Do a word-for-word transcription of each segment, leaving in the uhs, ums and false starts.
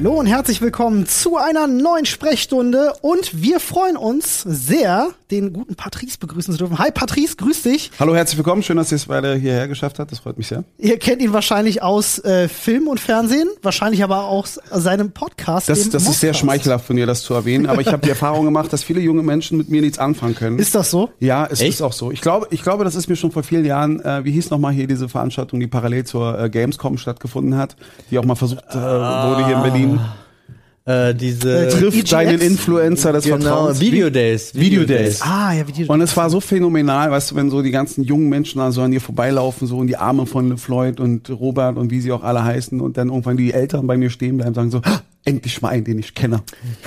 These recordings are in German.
Hallo und herzlich willkommen zu einer neuen Sprechstunde und wir freuen uns sehr, den guten Patrice begrüßen zu dürfen. Hi Patrice, grüß dich. Hallo, herzlich willkommen, schön, dass ihr es weiter hierher geschafft habt, das freut mich sehr. Ihr kennt ihn wahrscheinlich aus äh, Film und Fernsehen, wahrscheinlich aber auch aus seinem Podcast. Das, das ist sehr schmeichelhaft von dir, das zu erwähnen, aber ich habe die Erfahrung gemacht, dass viele junge Menschen mit mir nichts anfangen können. Ist das so? Ja, es Echt? ist auch so. Ich glaube, ich glaube, das ist mir schon vor vielen Jahren, äh, wie hieß nochmal hier diese Veranstaltung, die parallel zur äh, Gamescom stattgefunden hat, die auch mal versucht äh, wurde hier in Berlin. Äh, diese Äh, Trifft E G X? deinen Influencer des genau, Vertrauens. Video Days. Video Days. Ah, ja, Video. Und es war so phänomenal, weißt du, wenn so die ganzen jungen Menschen da so an dir vorbeilaufen, so in die Arme von Floyd und Robert und wie sie auch alle heißen und dann irgendwann die Eltern bei mir stehen bleiben und sagen so, "Ah, endlich mal einen, den ich kenne."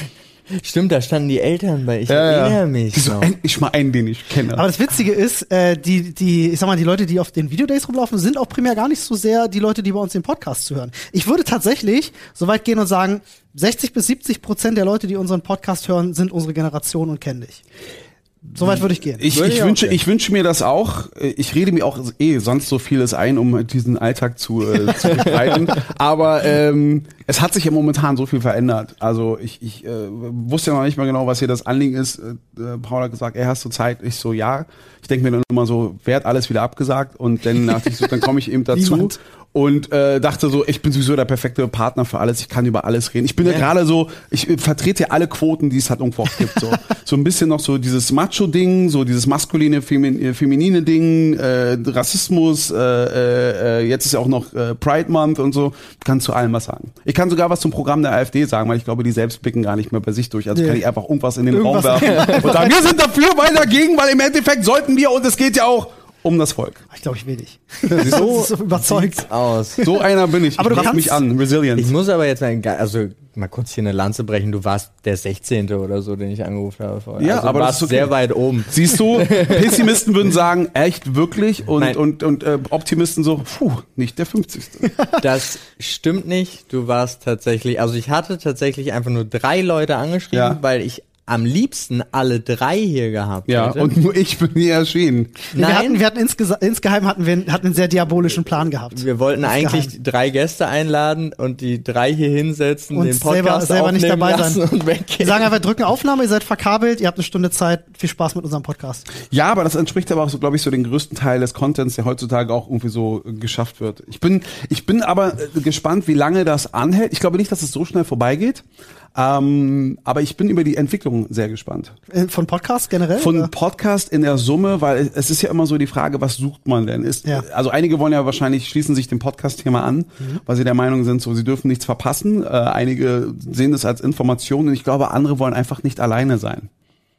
Stimmt, da standen die Eltern bei. Ich Ja, ja. erinnere mich. Die so, noch. endlich mal einen, den ich kenne. Aber das Witzige ist, äh, die, die, ich sag mal, die Leute, die auf den Videodays rumlaufen, sind auch primär gar nicht so sehr die Leute, die bei uns den Podcast zuhören. Ich würde tatsächlich so weit gehen und sagen, sechzig bis siebzig Prozent der Leute, die unseren Podcast hören, sind unsere Generation und kennen dich. So weit würde ich gehen. Ich, Würde ich ich auch wünsche, gerne. ich wünsche mir das auch. Ich rede mir auch eh sonst so vieles ein, um diesen Alltag zu, äh, zu begleiten. Aber ähm, es hat sich ja momentan so viel verändert. Also ich, ich äh, wusste ja noch nicht mal genau, was hier das Anliegen ist. Äh, Paul hat gesagt, ey, hast du Zeit? Ich so, ja. Ich denke mir dann immer so, wer hat alles wieder abgesagt? Und dann dachte ich so, dann komme ich eben dazu. Niemand. Und äh, dachte so, ich bin sowieso der perfekte Partner für alles, ich kann über alles reden. Ich bin ja, ja gerade so, ich äh, vertrete ja alle Quoten, die es halt irgendwo auch gibt. So, so ein bisschen noch so dieses Macho-Ding, so dieses maskuline, femin äh, feminine Ding, äh, Rassismus, äh, äh, jetzt ist ja auch noch äh, Pride Month und so. Ich kann zu allem was sagen. Ich kann sogar was zum Programm der AfD sagen, weil ich glaube, die selbst blicken gar nicht mehr bei sich durch. Also Nee. kann ich einfach irgendwas in den Irgendwas Raum werfen und sagen, wir sind dafür, weil dagegen, weil im Endeffekt sollten wir, und es geht ja auch um das Volk. Ich glaube, ich will nicht. So, so überzeugt. Aus. so einer bin ich. Aber ich du pass kannst- mich an. Resilience. Ich muss aber jetzt mal, also mal kurz hier eine Lanze brechen. Du warst der sechzehnte oder so, den ich angerufen habe vorher. Ja, also aber du das warst ist okay. sehr weit oben. Siehst du, Pessimisten würden sagen, echt, wirklich? Und, Nein. und, und äh, Optimisten so, puh, nicht der fünfzigste. Das stimmt nicht. Du warst tatsächlich, also ich hatte tatsächlich einfach nur drei Leute angeschrieben, Ja. weil ich am liebsten alle drei hier gehabt Ja, hätte. und nur ich bin hier erschienen. Wir hatten, wir hatten insgesa- insgeheim hatten wir, hatten wir einen sehr diabolischen Plan gehabt. Wir wollten eigentlich Insgeheim. drei Gäste einladen und die drei hier hinsetzen, Und den selber- Podcast selber nicht aufnehmen dabei lassen sein. und Wir weggehen. sagen einfach, drücken Aufnahme, ihr seid verkabelt, ihr habt eine Stunde Zeit, viel Spaß mit unserem Podcast. Ja, aber das entspricht aber auch so, glaube ich, so den größten Teil des Contents, der heutzutage auch irgendwie so äh, geschafft wird. Ich bin, ich bin aber äh, gespannt, wie lange das anhält. Ich glaube nicht, dass es so schnell vorbeigeht. Ähm, aber ich bin über die Entwicklung sehr gespannt. Äh, Von Podcast generell? Von oder? Podcast in der Summe, weil es ist ja immer so die Frage, was sucht man denn? Ist, Ja. Also einige wollen ja wahrscheinlich, schließen sich dem Podcast-Thema an, Mhm. weil sie der Meinung sind, so sie dürfen nichts verpassen. Äh, einige sehen das als Information und ich glaube, andere wollen einfach nicht alleine sein.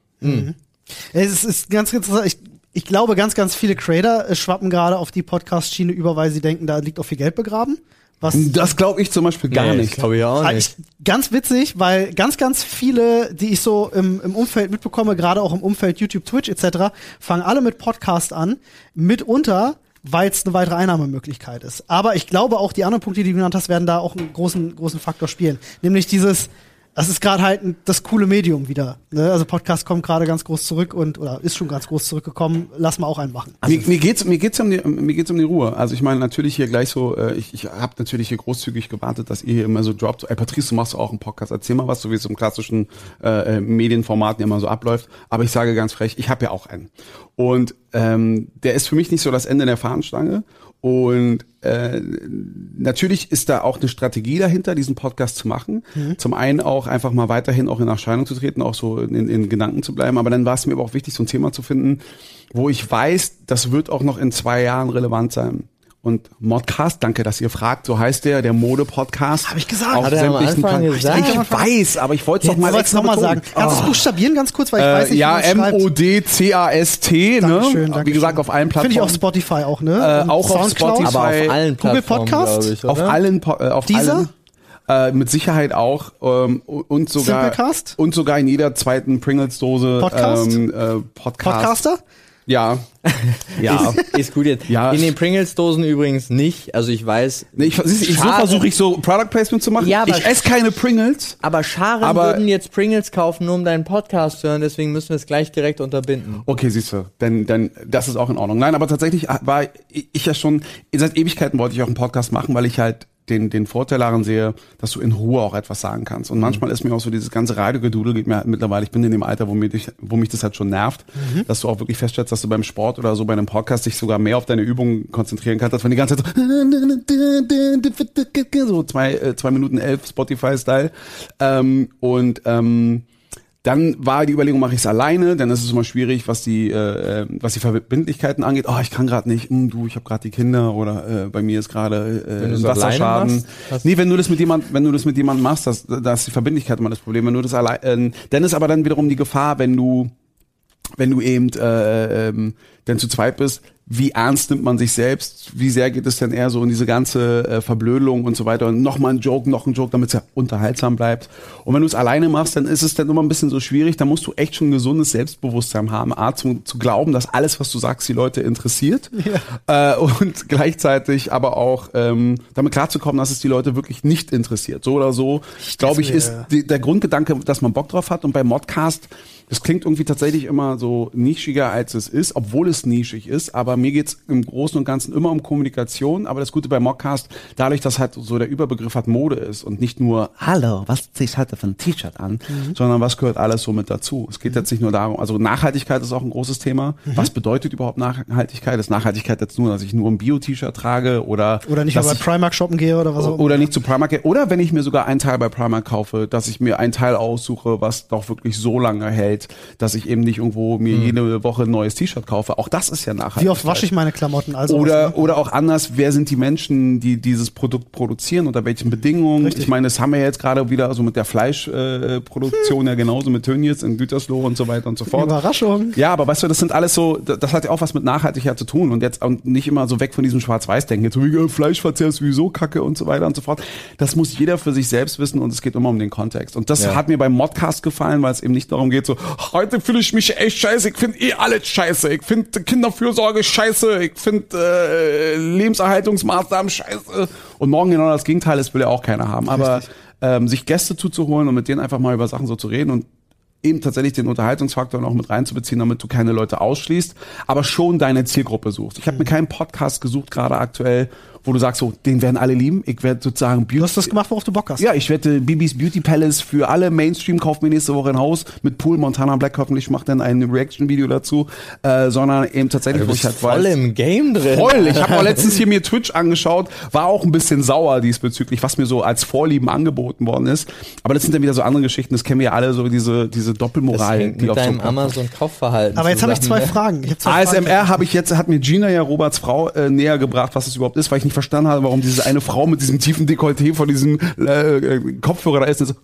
Es ist ganz interessant. Ich, ich glaube, ganz, ganz viele Creator äh, schwappen gerade auf die Podcast-Schiene über, weil sie denken, da liegt auch viel Geld begraben. Was Das glaube ich zum Beispiel gar Nee, nicht. Das glaube ich auch Ah, nicht. ich, ganz witzig, weil ganz, ganz viele, die ich so im, im Umfeld mitbekomme, gerade auch im Umfeld YouTube, Twitch et cetera, fangen alle mit Podcast an, mitunter, weil es eine weitere Einnahmemöglichkeit ist. Aber ich glaube auch, die anderen Punkte, die du genannt hast, werden da auch einen großen, großen Faktor spielen. Nämlich dieses, das ist gerade halt ein, das coole Medium wieder. Ne? Also Podcast kommt gerade ganz groß zurück und oder ist schon ganz groß zurückgekommen. Lass mal auch einen machen. mir, mir geht's mir geht's um die mir geht's um die Ruhe. Also ich meine natürlich hier gleich so äh, ich ich habe natürlich hier großzügig gewartet, dass ihr hier immer so droppt. Ey Patrice, du machst auch einen Podcast. Erzähl mal was, so wie es im klassischen äh, Medienformaten immer so abläuft, aber ich sage ganz frech, ich habe ja auch einen. Und ähm, der ist für mich nicht so das Ende der Fahnenstange. Und äh, natürlich ist da auch eine Strategie dahinter, diesen Podcast zu machen. Mhm. Zum einen auch einfach mal weiterhin auch in Erscheinung zu treten, auch so in, in Gedanken zu bleiben. Aber dann war es mir aber auch wichtig, so ein Thema zu finden, wo ich weiß, das wird auch noch in zwei Jahren relevant sein. Und Modcast, danke, dass ihr fragt, so heißt der, der Mode-Podcast. Hab ich gesagt. Auf Hat er am sämtlichen Anfang Plan- gesagt? Ich weiß, aber ich wollte es doch mal Sollst du noch mal sagen. Kannst du es buchstabieren ganz kurz, weil ich weiß äh, nicht, ja, wie man es M O schreibt. D C A S T, Dankeschön, ne? dankeschön. Wie gesagt, auf allen Finde ich auf Plattformen. Spotify auch, ne? Äh, Und auch auf Spotify. Aber auf allen Google Plattformen, Podcast? glaube ich, Auf oder? allen, Po- äh, auf Dieser? allen. Äh, mit Sicherheit auch ähm, und sogar Simplecast? und sogar in jeder zweiten Pringles-Dose Podcast? ähm, äh, Podcast. Podcaster? Ja, ja. Ist, ist gut jetzt. Ja. In den Pringles-Dosen übrigens nicht. Also ich weiß. Nee, ich, siehst du, ich so Schade. versuche ich so Product Placement zu machen. Ja, aber- ich esse keine Pringles. Aber Scharen Aber- würden jetzt Pringles kaufen, nur um deinen Podcast zu hören. Deswegen müssen wir es gleich direkt unterbinden. Okay, siehst du, denn, denn das ist auch in Ordnung. Nein, aber tatsächlich war ich ja schon, seit Ewigkeiten wollte ich auch einen Podcast machen, weil ich halt den, den Vorteil daran sehe, dass du in Ruhe auch etwas sagen kannst. Und manchmal ist mir auch so dieses ganze Radiogedudel geht mir halt mittlerweile, ich bin in dem Alter, wo mich, wo mich das halt schon nervt, mhm. dass du auch wirklich feststellst, dass du beim Sport oder so bei einem Podcast dich sogar mehr auf deine Übungen konzentrieren kannst, als wenn die ganze Zeit so, so zwei, äh, zwei Minuten elf Spotify-Style. Ähm, und ähm, Dann war die Überlegung, mache ich es alleine, denn es ist immer schwierig, was die äh, was die Verbindlichkeiten angeht. Oh, ich kann gerade nicht, hm, du, ich habe gerade die Kinder oder äh, bei mir ist gerade äh, ein Wasserschaden. Machst, nee, wenn du das mit jemand, wenn du das mit jemandem machst, das, da ist die Verbindlichkeit immer das Problem. Wenn du das allein, äh, dann ist aber dann wiederum die Gefahr, wenn du wenn du eben äh, ähm, denn zu zweit bist, wie ernst nimmt man sich selbst? Wie sehr geht es denn eher so in diese ganze äh, Verblödelung und so weiter? Und nochmal ein Joke, noch ein Joke, damit es ja unterhaltsam bleibt. Und wenn du es alleine machst, dann ist es dann immer ein bisschen so schwierig. Da musst du echt schon ein gesundes Selbstbewusstsein haben. A, zu, zu glauben, dass alles, was du sagst, die Leute interessiert. Ja. Äh, und gleichzeitig aber auch ähm, damit klarzukommen, dass es die Leute wirklich nicht interessiert. So oder so, glaube ich, ist die, der Grundgedanke, dass man Bock drauf hat. Und bei Modcast, das klingt irgendwie tatsächlich immer so nischiger, als es ist, obwohl es nischig ist. Aber mir geht's im Großen und Ganzen immer um Kommunikation. Aber das Gute bei Modcast, dadurch, dass halt so der Überbegriff hat Mode ist und nicht nur, hallo, was zieh ich heute für ein T-Shirt an, mhm. sondern was gehört alles so mit dazu. Es geht mhm. jetzt nicht nur darum, also Nachhaltigkeit ist auch ein großes Thema. Mhm. Was bedeutet überhaupt Nachhaltigkeit? Ist Nachhaltigkeit jetzt nur, dass ich nur ein Bio-T-Shirt trage oder oder nicht mehr bei Primark shoppen gehe oder was auch immer. Oder nicht zu Primark gehe. Oder wenn ich mir sogar einen Teil bei Primark kaufe, dass ich mir einen Teil aussuche, was doch wirklich so lange hält, dass ich eben nicht irgendwo mir hm. jede Woche ein neues T-Shirt kaufe. Auch das ist ja nachhaltig. Wie oft wasche ich meine Klamotten? Also oder, oder auch anders, wer sind die Menschen, die dieses Produkt produzieren, unter welchen Bedingungen? Richtig. Ich meine, das haben wir jetzt gerade wieder so mit der Fleischproduktion, hm. ja genauso mit Tönnies in Gütersloh und so weiter und so fort. Überraschung. Ja, aber weißt du, das sind alles so, das hat ja auch was mit Nachhaltigkeit zu tun und jetzt und nicht immer so weg von diesem Schwarz-Weiß-Denken. Jetzt so wie Fleischverzehr ist sowieso Kacke und so weiter und so fort. Das muss jeder für sich selbst wissen und es geht immer um den Kontext. Und das ja. hat mir beim Modcast gefallen, weil es eben nicht darum geht, so, heute fühle ich mich echt scheiße, ich finde eh alles scheiße, ich finde Kinderfürsorge scheiße, ich finde äh, Lebenserhaltungsmaßnahmen scheiße und morgen genau das Gegenteil, das will ja auch keiner haben. Aber ähm, sich Gäste zuzuholen und mit denen einfach mal über Sachen so zu reden und eben tatsächlich den Unterhaltungsfaktor noch mit reinzubeziehen, damit du keine Leute ausschließt, aber schon deine Zielgruppe suchst. Ich habe mir keinen Podcast gesucht, gerade aktuell, wo du sagst, so, den werden alle lieben. Ich werde sozusagen Beauty. Du hast das gemacht, worauf du Bock hast. Ja, ich werde Bibis Beauty Palace für alle Mainstream, kauf mir nächste Woche ein Haus mit Pool. Montana Black hoffentlich macht dann ein Reaction-Video dazu, äh, sondern eben tatsächlich, also wo ich halt voll weiß. Voll im Game drin. Voll. Ich habe auch letztens hier mir Twitch angeschaut, war auch ein bisschen sauer diesbezüglich, was mir so als Vorlieben angeboten worden ist. Aber das sind dann wieder so andere Geschichten, das kennen wir ja alle, so diese, diese Doppelmoral. Das hängt mit deinem so Amazon-Kaufverhalten. Aber jetzt habe ich zwei Fragen. Ich hab zwei A S M R habe ich jetzt, hat mir Gina ja Roberts Frau äh, näher gebracht, was das überhaupt ist, weil ich nicht verstanden habe, warum diese eine Frau mit diesem tiefen Dekolleté von diesem äh, Kopfhörer da ist. Und, so.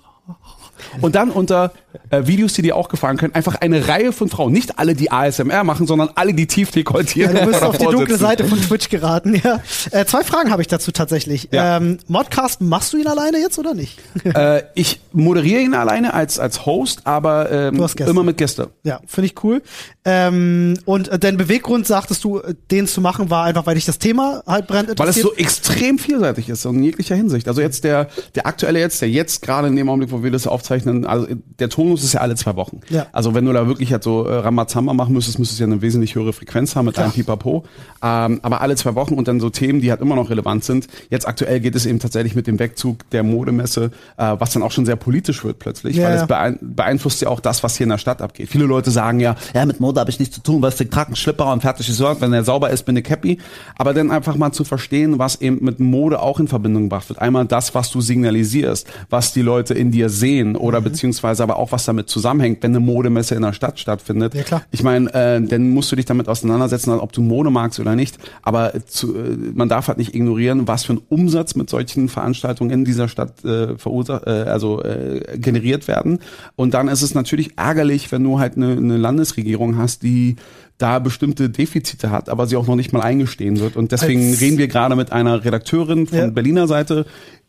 Und dann unter äh, Videos, die dir auch gefallen können, einfach eine Reihe von Frauen. Nicht alle, die A S M R machen, sondern alle, die tief dekoltieren. Ja, du bist auf die dunkle Seite von Twitch geraten. Ja. Äh, zwei Fragen habe ich dazu tatsächlich. Ja. Ähm, Modcast, machst du ihn alleine jetzt oder nicht? äh, ich moderiere ihn alleine als als Host, aber ähm, immer mit Gästen. Ja, finde ich cool. Ähm, und äh, dein Beweggrund, sagtest du, den zu machen, war einfach, weil dich das Thema halt brennt interessiert? Weil es so extrem vielseitig ist, in jeglicher Hinsicht. Also jetzt der der aktuelle jetzt, der jetzt gerade in dem Augenblick, wo wir das aufzeichnen, also der Tonus ist ja alle zwei Wochen. Ja. Also wenn du da wirklich halt so äh, Ramazamba machen müsstest, müsstest du ja eine wesentlich höhere Frequenz haben mit Klar. einem Pipapo. Ähm, aber alle zwei Wochen und dann so Themen, die halt immer noch relevant sind. Jetzt aktuell geht es eben tatsächlich mit dem Wegzug der Modemesse, äh, was dann auch schon sehr politisch wird plötzlich, ja, weil es beein- beeinflusst ja auch das, was hier in der Stadt abgeht. Viele Leute sagen ja, ja, mit Mode habe ich nichts zu tun, was den Krankenschlipper und fertig ist, wenn der sauber ist, bin ich happy. Aber dann einfach mal zu verstehen, was eben mit Mode auch in Verbindung gebracht wird. Einmal das, was du signalisierst, was die Leute in dir sehen oder mhm. beziehungsweise aber auch, was damit zusammenhängt, wenn eine Modemesse in der Stadt stattfindet. Ja, klar. Ich meine, äh, dann musst du dich damit auseinandersetzen, ob du Mode magst oder nicht. Aber zu, äh, man darf halt nicht ignorieren, was für ein Umsatz mit solchen Veranstaltungen in dieser Stadt äh, verursacht, äh, also äh, generiert werden. Und dann ist es natürlich ärgerlich, wenn du halt eine, eine Landesregierung hast, die da bestimmte Defizite hat, aber sie auch noch nicht mal eingestehen wird. Und deswegen Als reden wir gerade mit einer Redakteurin von ja. Berliner Seite,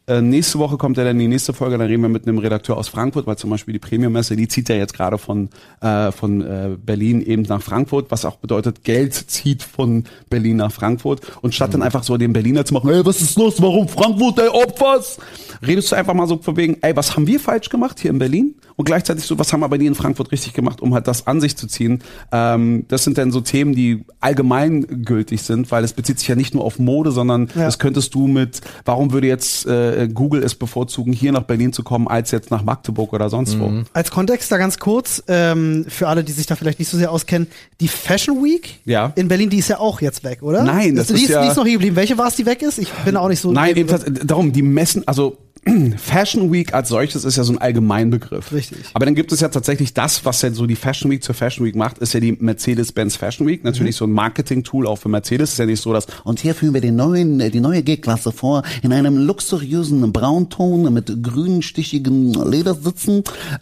Äh, nächste Woche kommt ja dann die nächste Folge, dann reden wir mit einem Redakteur aus Frankfurt, weil zum Beispiel die Premium-Messe, die zieht ja jetzt gerade von äh, von äh, Berlin eben nach Frankfurt, was auch bedeutet, Geld zieht von Berlin nach Frankfurt. Und statt mhm. dann einfach so den Berliner zu machen, ey, was ist los, warum Frankfurt, ey, Opfers? Redest du einfach mal so von wegen, ey, was haben wir falsch gemacht hier in Berlin? Und gleichzeitig so, was haben wir bei dir in Frankfurt richtig gemacht, um halt das an sich zu ziehen? Ähm, das sind dann so Themen, die allgemeingültig sind, weil es bezieht sich ja nicht nur auf Mode, sondern ja. das könntest du mit, warum würde jetzt äh, Google es bevorzugen, hier nach Berlin zu kommen, als jetzt nach Magdeburg oder sonst mhm. wo? Als Kontext da ganz kurz, ähm, für alle, die sich da vielleicht nicht so sehr auskennen, die Fashion Week ja. in Berlin, die ist ja auch jetzt weg, oder? Nein, das die ist, ist ja... Die ist noch hier geblieben. Welche war es, die weg ist? Ich bin auch nicht so... Nein, ebenfalls, darum, die Messen, also Fashion Week als solches ist ja so ein Allgemeinbegriff. Richtig. Aber dann gibt es ja tatsächlich das, was ja so die Fashion Week zur Fashion Week macht, ist ja die Mercedes-Benz Fashion Week. Natürlich mhm. so ein Marketing-Tool auch für Mercedes. Ist ja nicht so, dass und hier führen wir den neuen, die neue G-Klasse vor in einem luxuriösen Braunton mit grünstichigen Ledersitzen,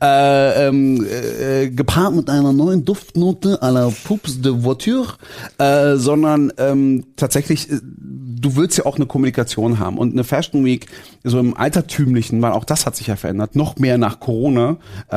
äh, ähm, äh, gepaart mit einer neuen Duftnote à la Poups de Voiture, äh, sondern ähm, tatsächlich, äh, du willst ja auch eine Kommunikation haben. Und eine Fashion Week, so im Altertümlichen, weil auch das hat sich ja verändert, noch mehr nach Corona,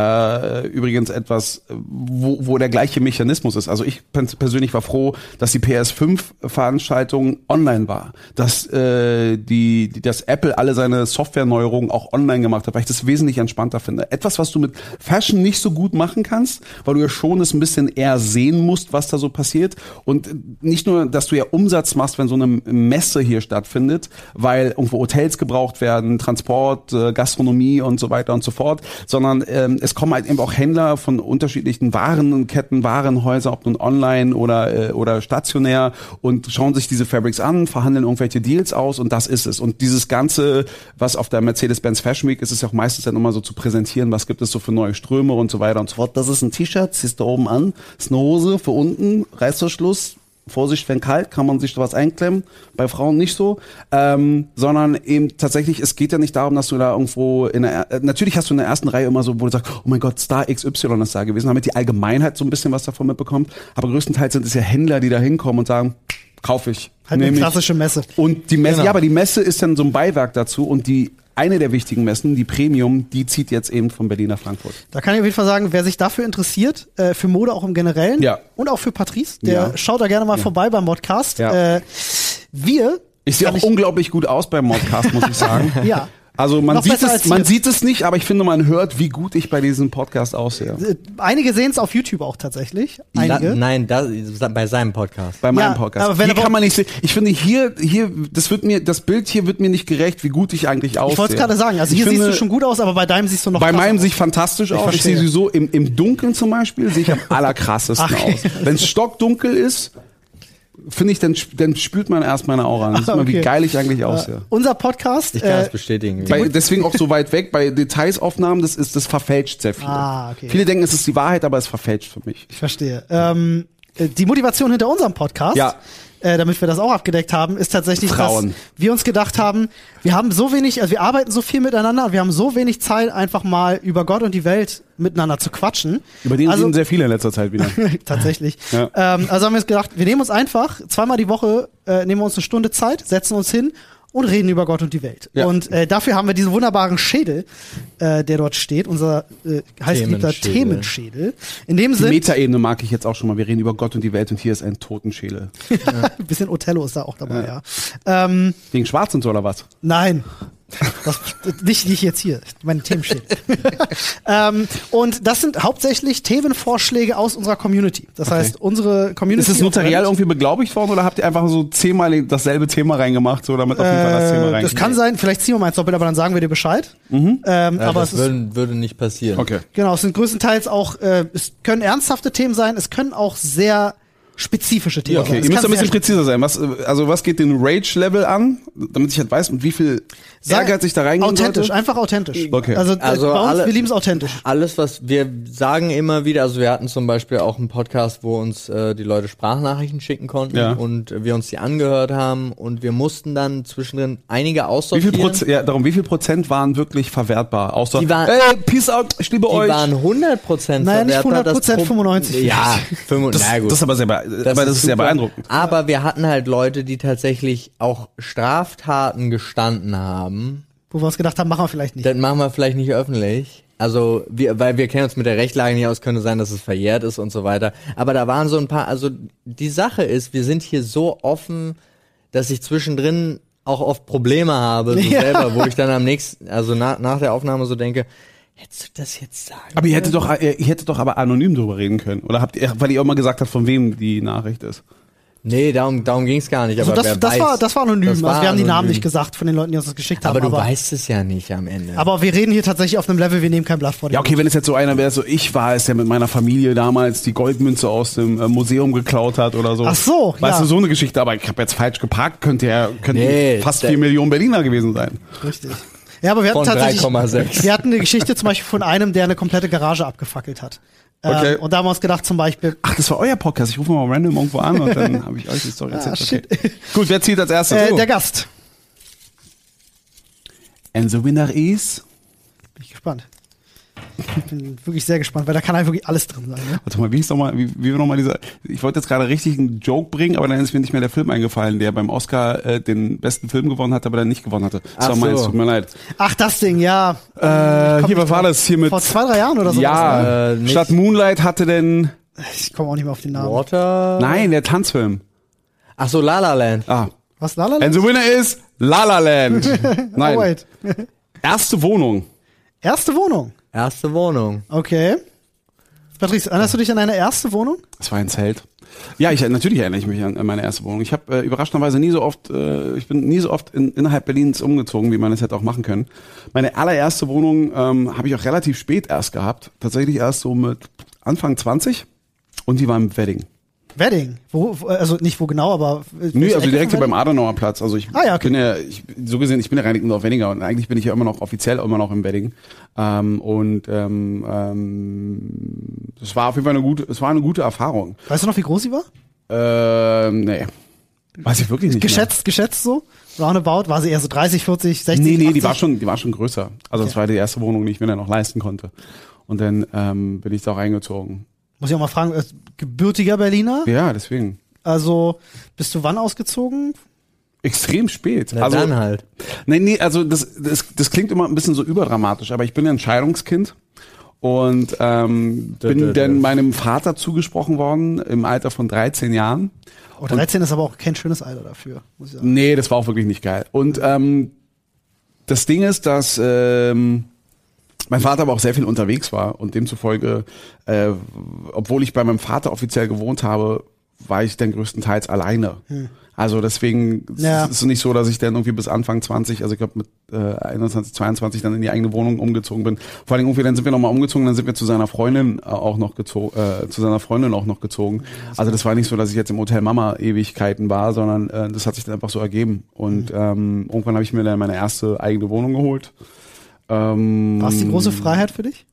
äh, übrigens etwas, wo, wo der gleiche Mechanismus ist. Also ich persönlich war froh, dass die P S fünf Veranstaltung online war, dass äh, die, die dass Apple alle seine Softwareneuerungen auch online gemacht hat, weil ich das wesentlich entspannter finde. Etwas, was du mit Fashion nicht so gut machen kannst, weil du ja schon es ein bisschen eher sehen musst, was da so passiert, und nicht nur, dass du ja Umsatz machst, wenn so eine Messe hier stattfindet, weil irgendwo Hotels gebraucht werden, Transport, äh, Gastronomie und so weiter und so fort, sondern ähm, es kommen halt eben auch Händler von unterschiedlichen Warenketten, Warenhäuser, ob nun online oder äh, oder stationär, und schauen sich diese Fabrics an, verhandeln irgendwelche Deals aus, und das ist es. Und dieses Ganze, was auf der Mercedes-Benz Fashion Week ist, ist ja auch meistens dann immer so zu präsentieren, was gibt es so für neue Ströme und so weiter und so fort. Das ist ein T-Shirt, ziehst du oben an, ist eine Hose für unten, Reißverschluss, Vorsicht, wenn kalt, kann man sich da was einklemmen. Bei Frauen nicht so. Ähm, sondern eben tatsächlich, es geht ja nicht darum, dass du da irgendwo in der, äh, natürlich hast du in der ersten Reihe immer so, wo du sagst, oh mein Gott, Star X Y ist da gewesen, damit die Allgemeinheit so ein bisschen was davon mitbekommt. Aber größtenteils sind es ja Händler, die da hinkommen und sagen, kaufe ich. Halt eine klassische Messe. Und die Messe, genau. ja, aber die Messe ist dann so ein Beiwerk dazu, und die eine der wichtigen Messen, die Premium, die zieht jetzt eben von Berlin nach Frankfurt. Da kann ich auf jeden Fall sagen, wer sich dafür interessiert, äh, für Mode auch im Generellen ja. und auch für Patrice, der ja. schaut da gerne mal ja. vorbei beim Modcast. Ja. Äh, wir Ich sehe auch ich unglaublich gut aus beim Modcast, muss ich sagen. ja. Also man Noch sieht besser es, als man hier. sieht es nicht, aber ich finde, man hört, wie gut ich bei diesem Podcast aussehe. Einige sehen es auf YouTube auch tatsächlich. Einige. Da, nein, das, bei seinem Podcast. Bei meinem Ja, Podcast. aber wenn hier aber kann man nicht sehen. Ich finde hier, hier, das wird mir, das Bild hier wird mir nicht gerecht, wie gut ich eigentlich aussehe. Ich wollte es gerade sagen, also ich hier finde, siehst du schon gut aus, aber bei deinem siehst du noch Bei meinem aus. sehe ich fantastisch aus. Ich sehe sowieso im, im Dunkeln zum Beispiel, sehe ich am allerkrassesten Ach, aus. Wenn es stockdunkel ist, finde ich, dann, dann spürt man erst meine Aura an. Das ist immer, okay. wie geil ich eigentlich aussehe. Uh, unser Podcast. Ich kann es äh, bestätigen. Bei, deswegen auch so weit weg. Bei Detailsaufnahmen, das ist, das verfälscht sehr viel. Ah, okay. Viele denken, es ist die Wahrheit, aber es verfälscht für mich. Ich verstehe. Ähm, die Motivation hinter unserem Podcast, Ja. äh, damit wir das auch abgedeckt haben, ist tatsächlich, Frauen. dass wir uns gedacht haben, wir haben so wenig, also wir arbeiten so viel miteinander, wir haben so wenig Zeit, einfach mal über Gott und die Welt miteinander zu quatschen. Über den also, reden sehr viele in letzter Zeit wieder. Tatsächlich. Ja. Ähm, also haben wir uns gedacht, wir nehmen uns einfach zweimal die Woche, äh, nehmen wir uns eine Stunde Zeit, setzen uns hin und reden über Gott und die Welt. Ja. Und äh, dafür haben wir diesen wunderbaren Schädel, äh, der dort steht, unser äh, heißgeliebter Themenschädel. Themenschädel. In dem Die Sinn, Metaebene mag ich jetzt auch schon mal. Wir reden über Gott und die Welt, und hier ist ein Totenschädel. ein bisschen Othello ist da auch dabei, ja. ja. Ähm, Wegen Schwarz und so oder was? Nein. Das, nicht, nicht jetzt hier, meine Themenschädel. ähm, und das sind hauptsächlich Themenvorschläge aus unserer Community. Das Okay. heißt, unsere Community. Ist es notariell irgendwie beglaubigt worden, oder habt ihr einfach so zehnmal dasselbe Thema reingemacht, so damit auf jeden Fall das Thema äh, rein? Das kann sein, vielleicht ziehen wir mal eins Doppel, aber dann sagen wir dir Bescheid. Mhm. Ähm, Ja, aber das es ist, würde, würde nicht passieren. Okay. genau, es sind größtenteils auch, äh, es können ernsthafte Themen sein, es können auch sehr spezifische Themen Okay, sein. ihr Es müsst kann ein bisschen sehr- präziser sein. Was, also was geht den Rage-Level an, damit ich halt weiß, mit wie viel Sehr Ehrgeiz ich da reingehen Authentisch, sollte? einfach authentisch. Okay. Also, äh, Also bei uns, alle- wir lieben es authentisch. Alles, was wir sagen immer wieder, also wir hatten zum Beispiel auch einen Podcast, wo uns äh, die Leute Sprachnachrichten schicken konnten Ja. und wir uns die angehört haben und wir mussten dann zwischendrin einige Wie aussortieren. viel Prozent, ja, darum, wie viel Prozent waren wirklich verwertbar? Außer, Die waren- ey, peace out, ich liebe Die euch. waren hundert Prozent Naja, nicht verwertbar. hundert Prozent, Das Pro- fünfundneunzig. Ja, fünfundneunzig, das, na gut. das ist aber sehr, bee- aber das ist sehr super. beeindruckend. Aber wir hatten halt Leute, die tatsächlich auch Straftaten gestanden haben, wo wir uns gedacht haben, machen wir vielleicht nicht. Das machen wir vielleicht nicht öffentlich. Also, wir, weil wir kennen uns mit der Rechtslage nicht aus, könnte sein, dass es verjährt ist und so weiter. Aber da waren so ein paar, also die Sache ist, wir sind hier so offen, dass ich zwischendrin auch oft Probleme habe, so Ja. selber, wo ich dann am nächsten, also nach, nach der Aufnahme so denke, hättest du das jetzt sagen Aber ihr hättet doch, ihr hättet doch aber anonym drüber reden können. Oder habt ihr, weil ihr auch mal gesagt habt, von wem die Nachricht ist. Nee, darum, darum ging's gar nicht. Also Aber das, wer das, weiß, war, das war anonym. das war also wir haben die Namen anonym. nicht gesagt von den Leuten, die uns das geschickt haben. Aber du aber, weißt es ja nicht am Ende. aber wir reden hier tatsächlich auf einem Level, wir nehmen kein Blatt vor den Ja, okay, wenn es jetzt so einer wäre, so ich war es, der mit meiner Familie damals die Goldmünze aus dem äh, Museum geklaut hat oder so. Ach so, Weißt ja. du, so eine Geschichte, aber ich habe jetzt falsch geparkt, könnte ja könnten Nee, fast der- vier Millionen Berliner gewesen sein. Richtig. Ja, aber wir hatten Von tatsächlich, drei Komma sechs. wir hatten eine Geschichte zum Beispiel von einem, der eine komplette Garage abgefackelt hat. Okay. Ähm, und da haben wir uns gedacht zum Beispiel, Ach, das war euer Podcast. Ich rufe mal random irgendwo an und dann habe ich euch die Story erzählt. Ah, shit. Okay. Gut, wer zieht als erstes? äh, So. der Gast. And the winner is... Bin ich gespannt. Ich bin wirklich sehr gespannt, weil da kann halt wirklich alles drin sein. Ne? Warte mal, wie ist noch mal, wie, wie war noch mal dieser, ich wollte jetzt gerade richtig einen Joke bringen, aber dann ist mir nicht mehr der Film eingefallen, der beim Oscar äh, den besten Film gewonnen hat, aber dann nicht gewonnen hatte. Das Ach war meins, so. tut mir leid. Ach, das Ding, ja. Äh, komm hier, nicht was war drauf. das hier mit... Vor zwei, drei Jahren oder so. ja, Äh, nicht- statt Moonlight hatte denn... Ich komme auch nicht mehr auf den Namen. Water? Nein, der Tanzfilm. Ach so, La La Land. Ah. Was, La La Land? And the winner is La La Land. Nein. Oh, wait. Erste Wohnung. Erste Wohnung. Erste Wohnung. Okay. Patrice, erinnerst du dich an deine erste Wohnung? Das war ein Zelt. Ja, ich natürlich erinnere ich mich an, an meine erste Wohnung. Ich habe äh, überraschenderweise nie so oft, äh, ich bin nie so oft in, innerhalb Berlins umgezogen, wie man es hätte auch machen können. Meine allererste Wohnung ähm, habe ich auch relativ spät erst gehabt. Tatsächlich erst so mit Anfang zwanzig. Und die war im Wedding. Wedding. Wo, wo- also nicht wo genau, aber. Nö, welche also Ecke direkt hier von beim Adenauer Platz. Also ich Ah, ja, okay. bin ja, ich, so gesehen, ich bin ja Reinickendorf weniger und eigentlich bin ich ja immer noch offiziell immer noch im Wedding. Ähm, und ähm, ähm, das war auf jeden Fall eine gute, es war eine gute Erfahrung. Wedding? Weißt du noch, wie groß sie war? Ähm, nee. Weiß ich wirklich nicht mehr. Geschätzt, geschätzt so? Roundabout? War sie eher so dreißig, vierzig, sechzig? Nee, nee, die achtzig? war schon, die war schon größer. Also das Okay. war die erste Wohnung, die ich mir dann noch leisten konnte. Und dann ähm, bin ich da auch eingezogen. Muss ich auch mal fragen, äh, gebürtiger Berliner? Ja, deswegen. Also, bist du wann ausgezogen? Extrem spät. Na also, dann halt. Nee, nee, also das, das, das klingt immer ein bisschen so überdramatisch, aber ich bin ein Entscheidungskind und ähm, Dö, bin dö, dö. dann meinem Vater zugesprochen worden im Alter von dreizehn Jahren. Oh, dreizehn ist aber auch kein schönes Alter dafür, muss ich sagen. Nee, das war auch wirklich nicht geil. Und ähm, das Ding ist, dass ähm, mein Vater aber auch sehr viel unterwegs war und demzufolge, äh, obwohl ich bei meinem Vater offiziell gewohnt habe, war ich dann größtenteils alleine. Also deswegen Ja. ist es nicht so, dass ich dann irgendwie bis Anfang zwanzig, also ich glaube mit äh, einundzwanzig, zweiundzwanzig dann in die eigene Wohnung umgezogen bin. Vor allem irgendwie, dann sind wir nochmal umgezogen, dann sind wir zu seiner Freundin äh, auch noch gezogen, äh, zu seiner Freundin auch noch gezogen. Also das war nicht so, dass ich jetzt im Hotel Mama Ewigkeiten war, sondern äh, das hat sich dann einfach so ergeben. Und ähm, irgendwann habe ich mir dann meine erste eigene Wohnung geholt. Ähm, War es die große Freiheit für dich?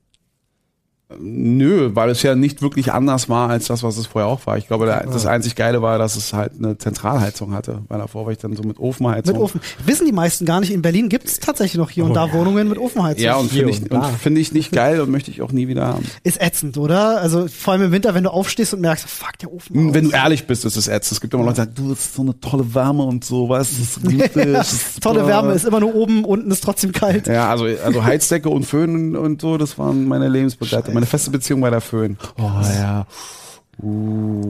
Nö, weil es ja nicht wirklich anders war als das, was es vorher auch war. Ich glaube, der, das einzig Geile war, dass es halt eine Zentralheizung hatte, weil davor war ich dann so mit Ofenheizung. Mit Ofen. Wissen die meisten gar nicht, in Berlin gibt es tatsächlich noch hier und da Wohnungen mit Ofenheizung. Ja, und finde Hier ich, und und da. finde ich nicht geil und möchte ich auch nie wieder haben. Ist ätzend, oder? Also vor allem im Winter, wenn du aufstehst und merkst, fuck, der Ofen. Hm, Wenn du aus. ehrlich bist, ist es ätzend. Es gibt immer Leute, die sagen, du, das ist so eine tolle Wärme und so, weißt du, das ist gemütlich, das ist Tolle super. Wärme ist immer nur oben, unten ist trotzdem kalt. Ja, also, also Heizdecke und Föhn und so, das waren meine Lebensbegleiter. Meine feste Beziehung war der Föhn. Oh ja. Uh,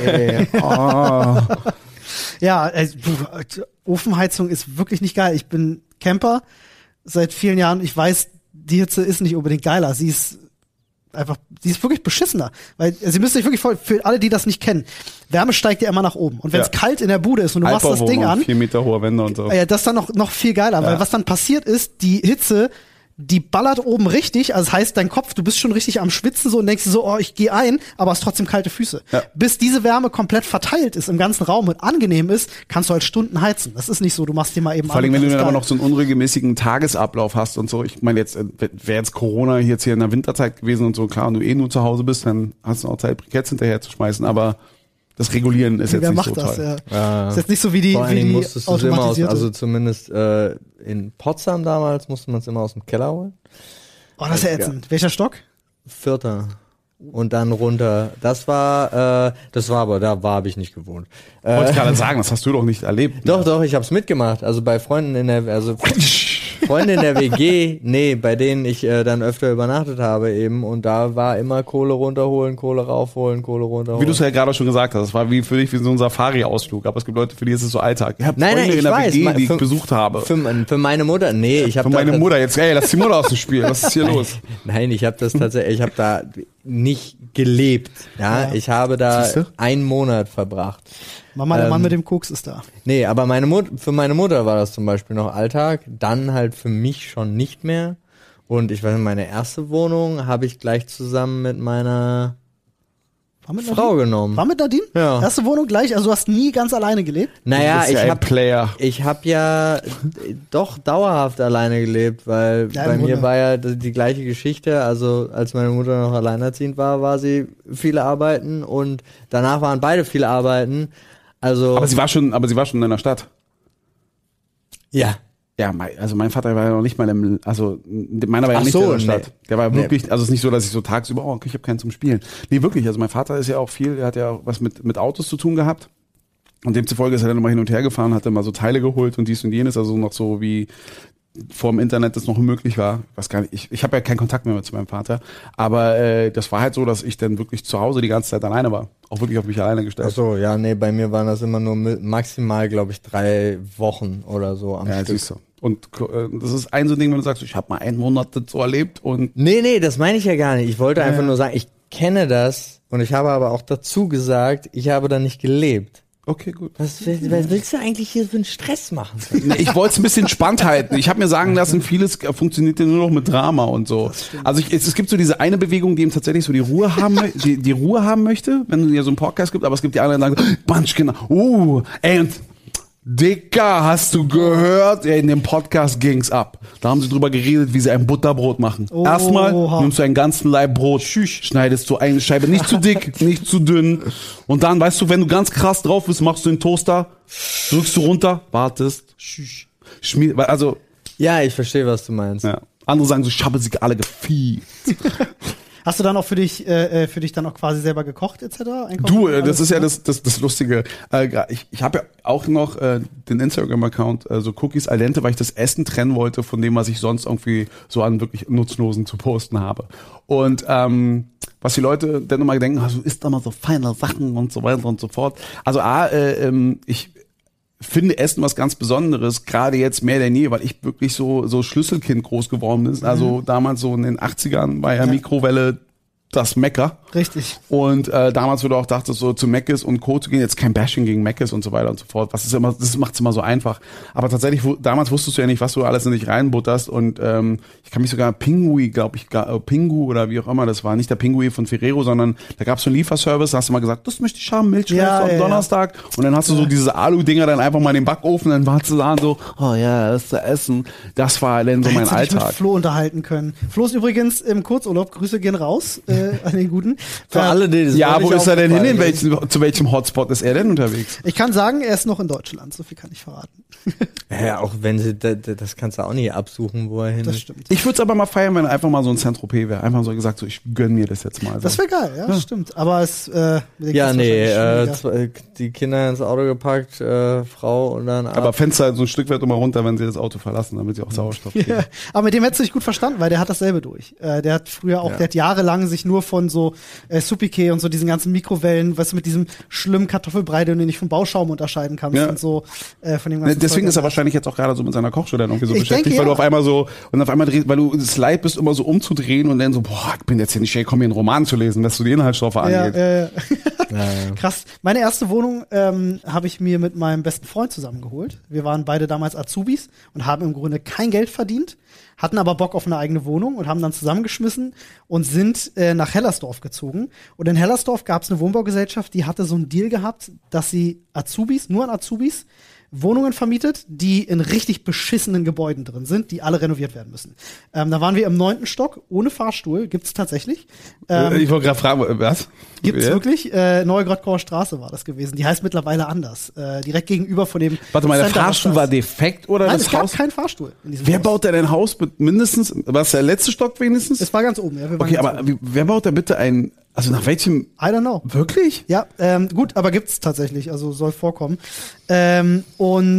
yeah. oh. Ja, äh, du, Ofenheizung ist wirklich nicht geil. Ich bin Camper seit vielen Jahren. Ich weiß, die Hitze ist nicht unbedingt geiler. Sie ist einfach, sie ist wirklich beschissener. Weil äh, sie müssen sich wirklich voll, für alle, die das nicht kennen, Wärme steigt ja immer nach oben. Und wenn es Ja. kalt in der Bude ist und du machst das Ding Altbauwohnung, an, vier Meter hohe Wände und so. ja, das ist dann noch, noch viel geiler. Weil Ja. was dann passiert ist, die Hitze, die ballert oben richtig, also das heißt, dein Kopf, du bist schon richtig am Schwitzen so und denkst dir so, oh, ich gehe ein, aber hast trotzdem kalte Füße. Ja. Bis diese Wärme komplett verteilt ist im ganzen Raum und angenehm ist, kannst du halt Stunden heizen. Das ist nicht so, du machst dir mal eben Vor allem, an. wenn du das dann ist aber geil. noch so einen unregelmäßigen Tagesablauf hast und so. Ich meine, jetzt äh, wäre jetzt Corona jetzt hier in der Winterzeit gewesen und so, klar, und du eh nur zu Hause bist, dann hast du auch Zeit, Briketts hinterher zu schmeißen, aber das Regulieren ist jetzt Wer nicht macht so das, toll. ja. Ja. Ist jetzt nicht so wie die, Vor allen wie Dingen die musstest du es immer aus, automatisierte. also zumindest äh, in Potsdam damals musste man es immer aus dem Keller holen. oh, das ist ja ätzend. Welcher Stock? Vierter. Und dann runter. Das war, äh, das war aber, da war habe ich nicht gewohnt. Äh, Wollte ich gerade sagen, das hast du doch nicht erlebt. doch, doch, ich habe es mitgemacht. Also bei Freunden in der, also Freunde in der W G, nee, bei denen ich äh, dann öfter übernachtet habe eben und da war immer Kohle runterholen, Kohle raufholen, Kohle runterholen. Wie du es ja gerade schon gesagt hast, das war wie für dich wie so ein Safari-Ausflug, aber es gibt Leute, für die ist es so Alltag. Ich habe Nein, Freunde nein, ich in der weiß, W G, ma- die ich für- besucht habe. Für, für meine Mutter, nee, ich habe Für meine Mutter, jetzt, ey, lass die Mutter aus dem Spiel, was ist hier los? Nein, ich habe das tatsächlich, ich habe da nicht gelebt. Ja, Ja. ich habe da Siehste? einen Monat verbracht. Mama, der Ähm, Mann mit dem Koks ist da. Nee, aber meine Mut für meine Mutter war das zum Beispiel noch Alltag, dann halt für mich schon nicht mehr. Und ich weiß nicht, meine erste Wohnung habe ich gleich zusammen mit meiner War mit Frau Nadine? genommen. War mit Nadine? Ja. Erste Wohnung gleich, also du hast nie ganz alleine gelebt? Naja, Du bist ja ich ein habe Player. ich hab ja doch dauerhaft alleine gelebt, weil Ja, im bei mir Grunde. war ja die, die gleiche Geschichte. Also als meine Mutter noch alleinerziehend war, war sie viele arbeiten und danach waren beide viele arbeiten. Also Aber sie war schon, aber sie war schon in der Stadt. ja. Ja, mein, also mein Vater war ja noch nicht mal im, also meiner war ja Ach nicht so, in der nee. Stadt. Der war Nee. wirklich, also es ist nicht so, dass ich so tagsüber, oh, okay, ich habe keinen zum Spielen. Nee, wirklich, also mein Vater ist ja auch viel, der hat ja auch was mit, mit Autos zu tun gehabt. Und demzufolge ist er dann immer hin und her gefahren, hat dann mal so Teile geholt und dies und jenes, also noch so wie vor dem Internet das noch möglich war. Ich weiß gar nicht, ich, ich habe ja keinen Kontakt mehr zu meinem Vater, aber äh, das war halt so, dass ich dann wirklich zu Hause die ganze Zeit alleine war. Auch wirklich auf mich alleine gestellt. Ach so, ja, nee, bei mir waren das immer nur mi- maximal, glaube ich, drei Wochen oder so am Ja, Stück. siehst du. Und äh, das ist ein so Ding, wenn du sagst, ich habe mal einen Monat das so erlebt und Nee, nee, das meine ich ja gar nicht. Ich wollte einfach Ja. nur sagen, ich kenne das und ich habe aber auch dazu gesagt, ich habe da nicht gelebt. okay, gut. Was, will- was willst du eigentlich hier für einen Stress machen? Nee, ich wollte es ein bisschen spannend halten. Ich habe mir sagen lassen, vieles funktioniert ja nur noch mit Drama und so. Also ich, es, es gibt so diese eine Bewegung, die eben tatsächlich so die Ruhe haben, mö- die, die Ruhe haben möchte, wenn du dir so einen Podcast gibt, aber es gibt die anderen, die sagen, Bunchkinder, uh, ey, und Dicker, hast du gehört? Ey, in dem Podcast ging's ab. Da haben sie drüber geredet, wie sie ein Butterbrot machen. Oh, Erstmal oha. nimmst du einen ganzen Laib Brot, schneidest du eine Scheibe nicht zu dick, nicht zu dünn. Und dann, weißt du, wenn du ganz krass drauf bist, machst du den Toaster, drückst du runter, wartest, schmier, also, Ja, ich verstehe, was du meinst. ja. Andere sagen so, ich habe sie alle gefiet. Hast du dann auch für dich, äh, äh, für dich dann auch quasi selber gekocht et cetera? Einkaufen? Du, äh, das Alles, ist ja ne? das, das, das Lustige. Äh, ich ich habe ja auch noch äh, den Instagram-Account, äh, so Cookies al dente, weil ich das Essen trennen wollte von dem, was ich sonst irgendwie so an wirklich Nutzlosen zu posten habe. Und ähm, was die Leute dann immer denken, also isst da mal so feine Sachen und so weiter und so fort. Also A, äh, ähm, ich finde Essen was ganz Besonderes, gerade jetzt mehr denn je, weil ich wirklich so so Schlüsselkind groß geworden bin. Also damals so in den achtzigern war ja, Ja. Mikrowelle das Mecker. Richtig. Und äh, damals, wo du auch dachtest, so zu Mc's und Co. zu gehen, jetzt kein Bashing gegen Mc's und so weiter und so fort. Was ist immer, das macht's immer so einfach. Aber tatsächlich, wo, damals wusstest du ja nicht, was du alles in dich reinbutterst. Und ähm, ich kann mich sogar Pingui, glaube ich, gar, äh, Pingu oder wie auch immer, das war nicht der Pingui von Ferrero, sondern da gab's so einen Lieferservice, da hast du mal gesagt, das möchte ich haben, Milchschmelze Ja, am ja, ja. Donnerstag. Und dann hast du so diese Alu-Dinger dann einfach mal in den Backofen, dann warst du da und so, oh ja, das ist zu essen. Das war dann so Da mein hättest du dich mit Alltag. Flo unterhalten können. Flo ist übrigens im Kurzurlaub. Grüße gehen raus äh, an den Guten. Für Äh, alle, die das Ja, noch wo nicht ist er denn hin? In aufgefallen welchen, zu welchem Hotspot ist er denn unterwegs? Ich kann sagen, er ist noch in Deutschland. So viel kann ich verraten. ist. Ja, auch wenn sie, da- da- das kannst du auch nicht absuchen, wo er hin Das ist. stimmt. Ich würde es aber mal feiern, wenn er einfach mal so ein Saint-Tropez wäre. Einfach so gesagt, so ich gönn mir das jetzt mal. So. Das wäre geil, ja, stimmt. Aber es äh, mir Ja, geht's nee, äh, wahrscheinlich zwei, die Kinder ins Auto gepackt, äh, Frau und dann ab. aber Fenster so ein Stück weit immer runter, wenn sie das Auto verlassen, damit sie auch Sauerstoff kriegen. Ja, aber mit dem hättest du dich gut verstanden, weil der hat dasselbe durch. Äh, der hat früher auch, Ja. der hat jahrelang sich nur von so äh, Supike und so diesen ganzen Mikrowellen, weißt du, mit diesem schlimmen Kartoffelbrei, den du nicht vom Bauschaum unterscheiden kannst Ja. und so äh, von dem Ne, ganzen Deswegen Zeug. ist er wahrscheinlich jetzt auch gerade so mit seiner Kochshow dann irgendwie so Ich beschäftigt, denke, weil du ja. auf einmal so, und auf einmal drehst, weil du es leid bist, immer so umzudrehen und dann so, boah, ich bin jetzt hier nicht, ich komme hier einen Roman zu lesen, was so die Inhaltsstoffe ja, angeht. ja, ja. Ja, ja. Krass. Meine erste Wohnung ähm, habe ich mir mit meinem besten Freund zusammengeholt. Wir waren beide damals Azubis und haben im Grunde kein Geld verdient, hatten aber Bock auf eine eigene Wohnung und haben dann zusammengeschmissen und sind äh, nach Hellersdorf gezogen. Und in Hellersdorf gab es eine Wohnbaugesellschaft, die hatte so einen Deal gehabt, dass sie Azubis, nur an Azubis, Wohnungen vermietet, die in richtig beschissenen Gebäuden drin sind, die alle renoviert werden müssen. Ähm, da waren wir im neunten Stock, ohne Fahrstuhl, gibt's tatsächlich. Ähm, ich wollte gerade fragen, was? Gibt's Ja? wirklich? Äh, Neue Grodtkauer Straße war das gewesen. Die heißt mittlerweile anders. Äh, direkt gegenüber von dem. Warte mal, der Center Fahrstuhl Busters. war defekt oder Nein, das es gab Haus? keinen Fahrstuhl in diesem Wer Haus. baut denn ein Haus mit mindestens, was der letzte Stock wenigstens? Es war ganz oben, ja. Wir waren Okay, ganz aber oben. wie, wer baut da bitte ein, also nach welchem, I don't know. wirklich? Ja, ähm, gut, aber gibt's tatsächlich, also soll vorkommen. Ähm, und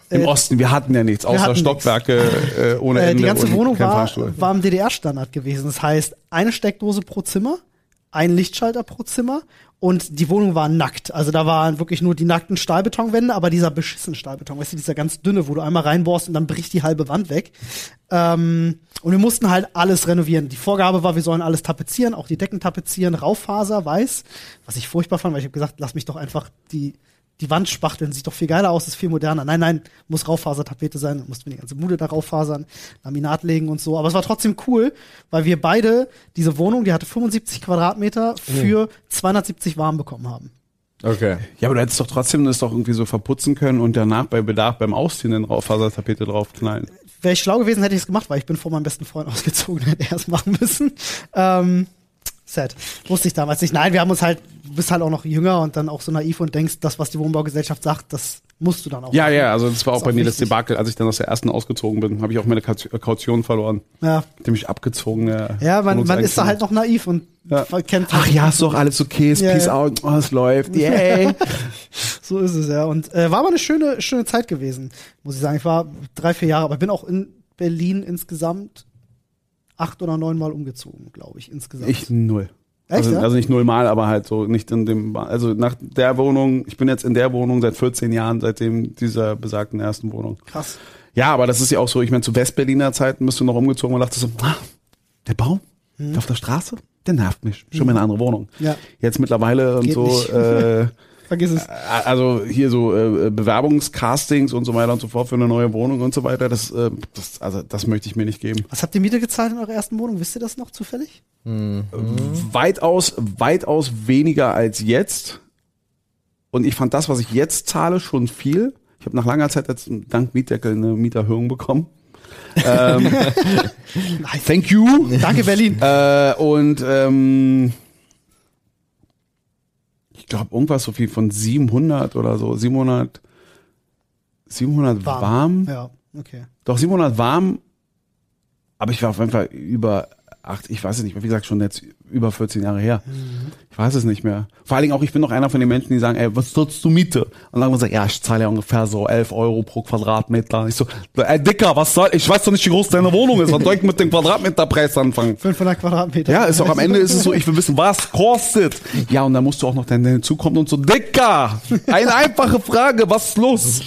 Im Äh, Osten, wir hatten ja nichts, außer hatten Stockwerke äh, ohne Äh, Ende. die ganze und Wohnung kein war, Fahrstuhl. war im D D R-Standard gewesen. Das heißt, eine Steckdose pro Zimmer, ein Lichtschalter pro Zimmer und die Wohnung war nackt. Also da waren wirklich nur die nackten Stahlbetonwände, aber dieser beschissene Stahlbeton, weißt du, dieser ganz dünne, wo du einmal reinbohrst und dann bricht die halbe Wand weg. Ähm, und wir mussten halt alles renovieren. Die Vorgabe war, wir sollen alles tapezieren, auch die Decken tapezieren, Raufaser, weiß, was ich furchtbar fand, weil ich habe gesagt, lass mich doch einfach die die Wand spachteln, sieht doch viel geiler aus, ist viel moderner. Nein, nein, muss Raufasertapete sein, mussten wir die ganze Bude da rauffasern, Laminat legen und so. Aber es war trotzdem cool, weil wir beide diese Wohnung, die hatte fünfundsiebzig Quadratmeter, für zweihundertsiebzig warm bekommen haben. Okay. Ja, aber du hättest doch trotzdem das doch irgendwie so verputzen können und danach bei Bedarf beim Ausziehen den Raufasertapete draufknallen. Wäre ich schlau gewesen, hätte ich es gemacht, weil ich bin vor meinem besten Freund ausgezogen, hätte er es machen müssen. Ähm, sad. Wusste ich damals nicht. Nein, wir haben uns halt, du bist halt auch noch jünger und dann auch so naiv und denkst, das, was die Wohnbaugesellschaft sagt, das musst du dann auch Ja, machen. ja, also das war auch Ist bei auch mir das wichtig. Debakel, als ich dann aus der ersten ausgezogen bin, habe ich auch meine Kaut- Kaution verloren. Ja, Nämlich abgezogen. Ja, ja man, man ist da halt noch naiv und Ja. kennt Ach ja, ist doch alles okay, Ja, peace ja. out, oh, es läuft, yay. So ist es, ja. Und äh, war aber eine schöne, schöne Zeit gewesen, muss ich sagen. Ich war drei, vier Jahre, aber bin auch in Berlin insgesamt acht oder neun Mal umgezogen, glaube ich, insgesamt. Ich null. Echt, also, ja? also nicht nullmal, aber halt so nicht in dem, also nach der Wohnung, ich bin jetzt in der Wohnung seit vierzehn Jahren, seitdem dieser besagten ersten Wohnung. Krass. Ja, aber das ist ja auch so, ich meine, zu Westberliner Zeiten bist du noch umgezogen und dachtest so, ah, der Baum Hm. auf der Straße, der nervt mich. Schon mal eine andere Wohnung. Ja. Jetzt mittlerweile und Geht so, nicht. äh, Vergiss es. also hier so äh, Bewerbungscastings und so weiter und so fort für eine neue Wohnung und so weiter, das, äh, das, also das möchte ich mir nicht geben. Was habt ihr Miete gezahlt in eurer ersten Wohnung? Wisst ihr das noch zufällig? Weitaus, weitaus weniger als jetzt. Und ich fand das, was ich jetzt zahle, schon viel. Ich habe nach langer Zeit jetzt dank Mietdeckel eine Mieterhöhung bekommen. ähm, Nice. thank you. Danke, Berlin. Äh, und ähm, ich glaube irgendwas so viel von siebenhundert oder so, siebenhundert, siebenhundert warm. Ja, okay. Doch siebenhundert warm, aber ich war auf jeden Fall über acht, ich weiß es nicht mehr, wie gesagt, schon jetzt über vierzehn Jahre her. Ich weiß es nicht mehr. Vor allen Dingen auch, ich bin noch einer von den Menschen, die sagen, ey, was zahlst du Miete? Und dann sagen, ja, ich zahle ja ungefähr so elf Euro pro Quadratmeter. Ich so, ey, Dicker, was soll, ich weiß doch nicht, wie groß deine Wohnung ist. Was soll ich mit dem Quadratmeterpreis anfangen? fünfhundert Quadratmeter. Ja, ist auch am Ende ist es so, ich will wissen, was kostet. Ja, und dann musst du auch noch dann hinzukommen und so, Dicker, eine einfache Frage, was ist los?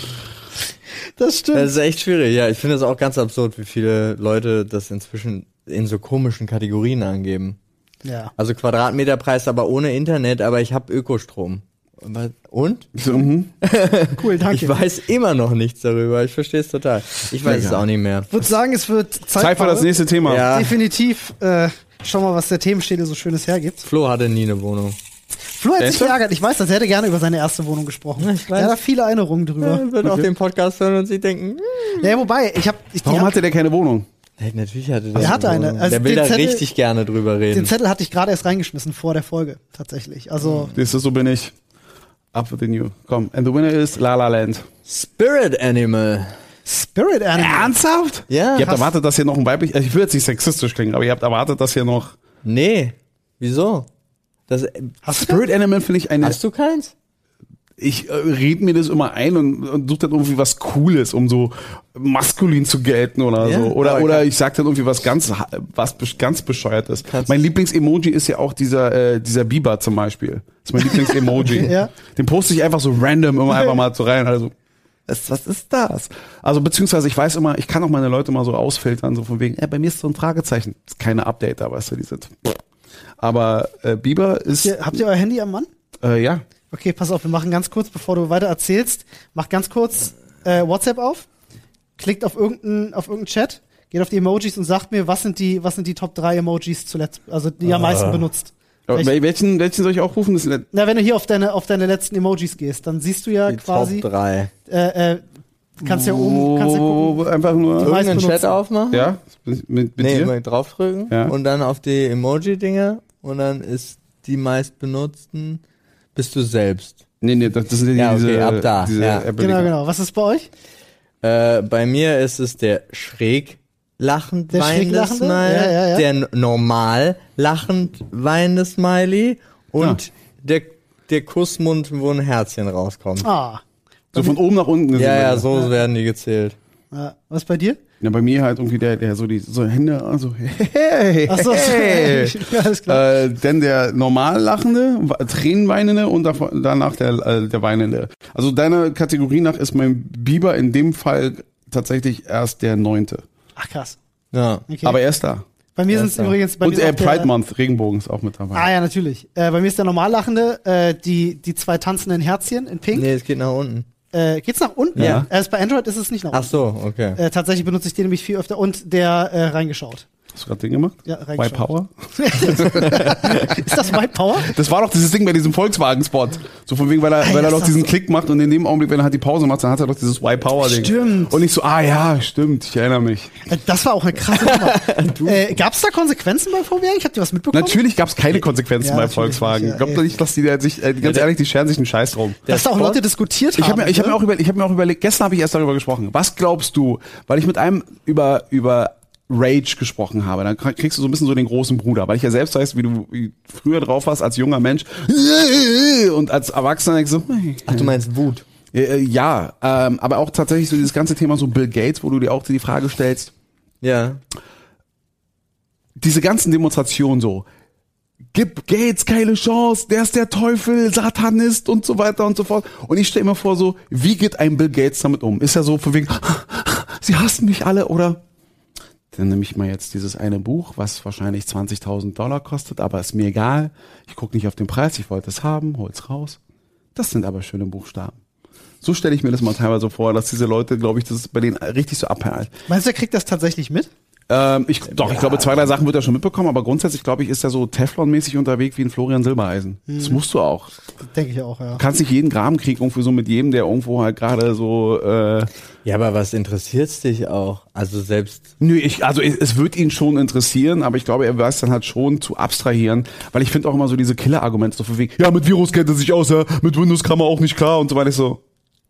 Das stimmt. Das ist echt schwierig, ja. Ich finde es auch ganz absurd, wie viele Leute das inzwischen in so komischen Kategorien angeben. ja. Also Quadratmeterpreis, aber ohne Internet, aber ich habe Ökostrom. Und? Ich so, mhm. Cool, danke. Ich weiß immer noch nichts darüber. Ich verstehe es total. Ich weiß Ja, es ja. auch nicht mehr. Ich würde sagen, es wird Zeit, Zeit für das nächste Thema. Ja. Definitiv. Äh, schau mal, was der Themenschädel so Schönes hergibt. Flo hatte nie eine Wohnung. Flo hat sich Echt so? geärgert. Ich weiß, das er hätte gerne über seine erste Wohnung gesprochen. Ich weiß. Er hat da viele Erinnerungen drüber. Er wird auch den Podcast hören und sich denken, hm. Ja, wobei, ich habe ich, die Warum hab, hatte der keine Wohnung? Hey, natürlich hatte der Er hatte Wohnung. eine. Also der will den da Zettel- richtig gerne drüber den reden. Zettel hatte ich gerade erst reingeschmissen vor der Folge, tatsächlich. Also, Siehst du, so bin ich. Up with the new. Komm. And the winner is La La Land. Spirit Animal. Spirit Animal. Ernsthaft? Ja. Ihr habt hast- erwartet, dass hier noch ein weiblich, also ich will jetzt nicht sexistisch klingen, aber ihr habt erwartet, dass hier noch Nee. Wieso? Das, Hast du Spirit Animal finde ich eine, hast du keins? ich äh, red mir das immer ein und, und suche dann irgendwie was Cooles, um so maskulin zu gelten oder Ja, so. Oder, aber oder kann- ich sag dann irgendwie was ganz, was besch- ganz bescheuertes. Kannst- Mein Lieblings-Emoji ist ja auch dieser, äh, dieser Biber zum Beispiel. Das ist mein Lieblings-Emoji. Ja. Den poste ich einfach so random immer einfach mal so rein. Also, was, was ist das? Also, beziehungsweise ich weiß immer, ich kann auch meine Leute mal so ausfiltern, so von wegen, äh, bei mir ist so ein Fragezeichen. Ist keine Update, aber weißt du, die sind. Aber äh, Biber ist, Hier, habt ihr euer Handy am Mann? äh, ja. Okay, pass auf, wir machen ganz kurz, bevor du weiter erzählst, mach ganz kurz äh, WhatsApp auf, klickt auf irgendeinen auf irgendeinen Chat, geht auf die Emojis und sagt mir, was sind die was sind die Top drei Emojis zuletzt, also die ihr am meisten benutzt. Aber Ich- bei welchen, welchen soll ich aufrufen? Das ist Na, wenn du hier auf deine auf deine letzten Emojis gehst, dann siehst du ja Die quasi Top drei. äh, äh, kannst ja oben kannst ja gucken. Oh, einfach nur. meisten Irgendeinen Chat benutzen. aufmachen? Ja? Mit, mit Nee, dir? mal draufdrücken Ja. und dann auf die Emoji-Dinger und dann ist die meist benutzten bist du selbst. Nee, nee, das, das sind Ja, ja okay, diese, ab da, diese ja. Apple- Genau, genau. Was ist bei euch? Äh, bei mir ist es der schräg lachend Der weinende schräg lachende? Smiley, Ja, ja, ja. der n- normal lachend weinende Smiley und der, der Kussmund, wo ein Herzchen rauskommt. Ah. So von oben nach unten. Ja, ja, so werden die gezählt. Ja, was bei dir? Ja, bei mir halt irgendwie der, der so die so Hände, also hey, Ach so, hey. ja, alles klar. Äh, dann der normal lachende, wa- Tränenweinende und davon, danach der, äh, der weinende. Also deine Kategorie nach ist mein Biber in dem Fall tatsächlich erst der neunte. Ach krass. Ja. Okay. Aber er ist da. bei mir Ja, sind es klar. übrigens bei Und mir äh, ist auch der- Pride Month, Regenbogen ist auch mit dabei. Ah ja, natürlich. Äh, bei mir ist der Normallachende, äh, die, die zwei tanzenden Herzchen in Pink. Nee, es geht nach unten. Äh, geht's nach unten? Ja. Äh, ist bei Android ist es nicht nach Ach unten. so, okay. Äh, tatsächlich benutze ich den nämlich viel öfter. Und der äh, reingeschaut. Hast du gerade den gemacht? Ja, White reingeschaut. Power? Ist das White Power? Das war doch dieses Ding bei diesem Volkswagen-Spot. So von wegen, weil er, Ah, weil ja, er doch ist diesen das so. Klick macht und in dem Augenblick, wenn er halt die Pause macht, dann hat er doch dieses White Power-Ding. Stimmt. Und ich so, ah ja, stimmt, ich erinnere mich. Äh, Das war auch eine krasse Nummer. äh, Gab es da Konsequenzen bei V W? Ich hab dir was mitbekommen? Natürlich gab es keine Konsequenzen Ja, bei natürlich Volkswagen. nicht, ja, Ich glaube ey. nicht, dass die da sich, äh, ganz ehrlich, die scheren sich einen Scheiß drum. Dass da auch Spot? Leute diskutiert Ich haben. habe mir, ich hab mir, ne? auch über, ich hab mir auch überlegt, gestern habe ich erst darüber gesprochen. Was glaubst du, weil ich mit einem über, über Rage gesprochen habe, dann kriegst du so ein bisschen so den großen Bruder, weil ich ja selbst weiß, wie du wie früher drauf warst als junger Mensch und als Erwachsener denkst du, Ach, du meinst Wut. äh, ja, ähm, aber auch tatsächlich so dieses ganze Thema so Bill Gates, wo du dir auch die Frage stellst, Ja. diese ganzen Demonstrationen so, gib Gates keine Chance, der ist der Teufel, Satanist und so weiter und so fort. Und ich stelle mir vor so, wie geht ein Bill Gates damit um? Ist er so von wegen, sie hassen mich alle oder? Dann nehme ich mal jetzt dieses eine Buch, was wahrscheinlich zwanzigtausend Dollar kostet, aber ist mir egal. Ich gucke nicht auf den Preis, ich wollte es haben, hol's raus. Das sind aber schöne Buchstaben. So stelle ich mir das mal teilweise vor, dass diese Leute, glaube ich, das ist bei denen richtig so abperlt. Meinst du, er kriegt das tatsächlich mit? Ähm, ich, doch, ich glaube, zwei, drei Sachen wird er schon mitbekommen, aber grundsätzlich, glaube ich, ist er so Teflon-mäßig unterwegs wie ein Florian Silbereisen. Das musst du auch. Denke ich auch, ja. Du kannst nicht jeden Grabenkrieg irgendwie so mit jedem, der irgendwo halt gerade so, äh, Ja, aber was interessiert's dich auch? Also selbst. nö, ich, also es, es wird ihn schon interessieren, aber ich glaube, er weiß dann halt schon zu abstrahieren, weil ich finde auch immer so diese Killer-Argumente so von wegen, ja, mit Virus kennt er sich aus, ja, mit Windows kam er auch nicht klar und so weiter. Ich so,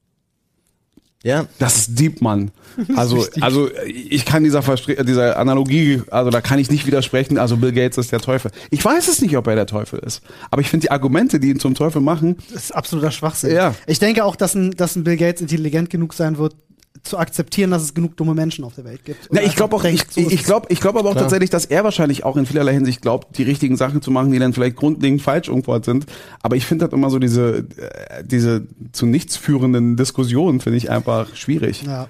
Ja. das ist deep, Mann. Also, also ich kann dieser Verstre dieser Analogie, also da kann ich nicht widersprechen, also Bill Gates ist der Teufel. Ich weiß es nicht, ob er der Teufel ist, aber ich finde die Argumente, die ihn zum Teufel machen, Das ist absoluter Schwachsinn. Ja. Ich denke auch, dass ein, dass ein Bill Gates intelligent genug sein wird, zu akzeptieren, dass es genug dumme Menschen auf der Welt gibt. na, Und ich glaube auch, einfach ich, denkt, so ist ich es. glaube, ich glaube aber auch Klar. tatsächlich, dass er wahrscheinlich auch in vielerlei Hinsicht glaubt, die richtigen Sachen zu machen, die dann vielleicht grundlegend falsch irgendwo halt sind. Aber ich finde halt immer so diese, äh, diese zu nichts führenden Diskussionen finde ich einfach schwierig. Ja.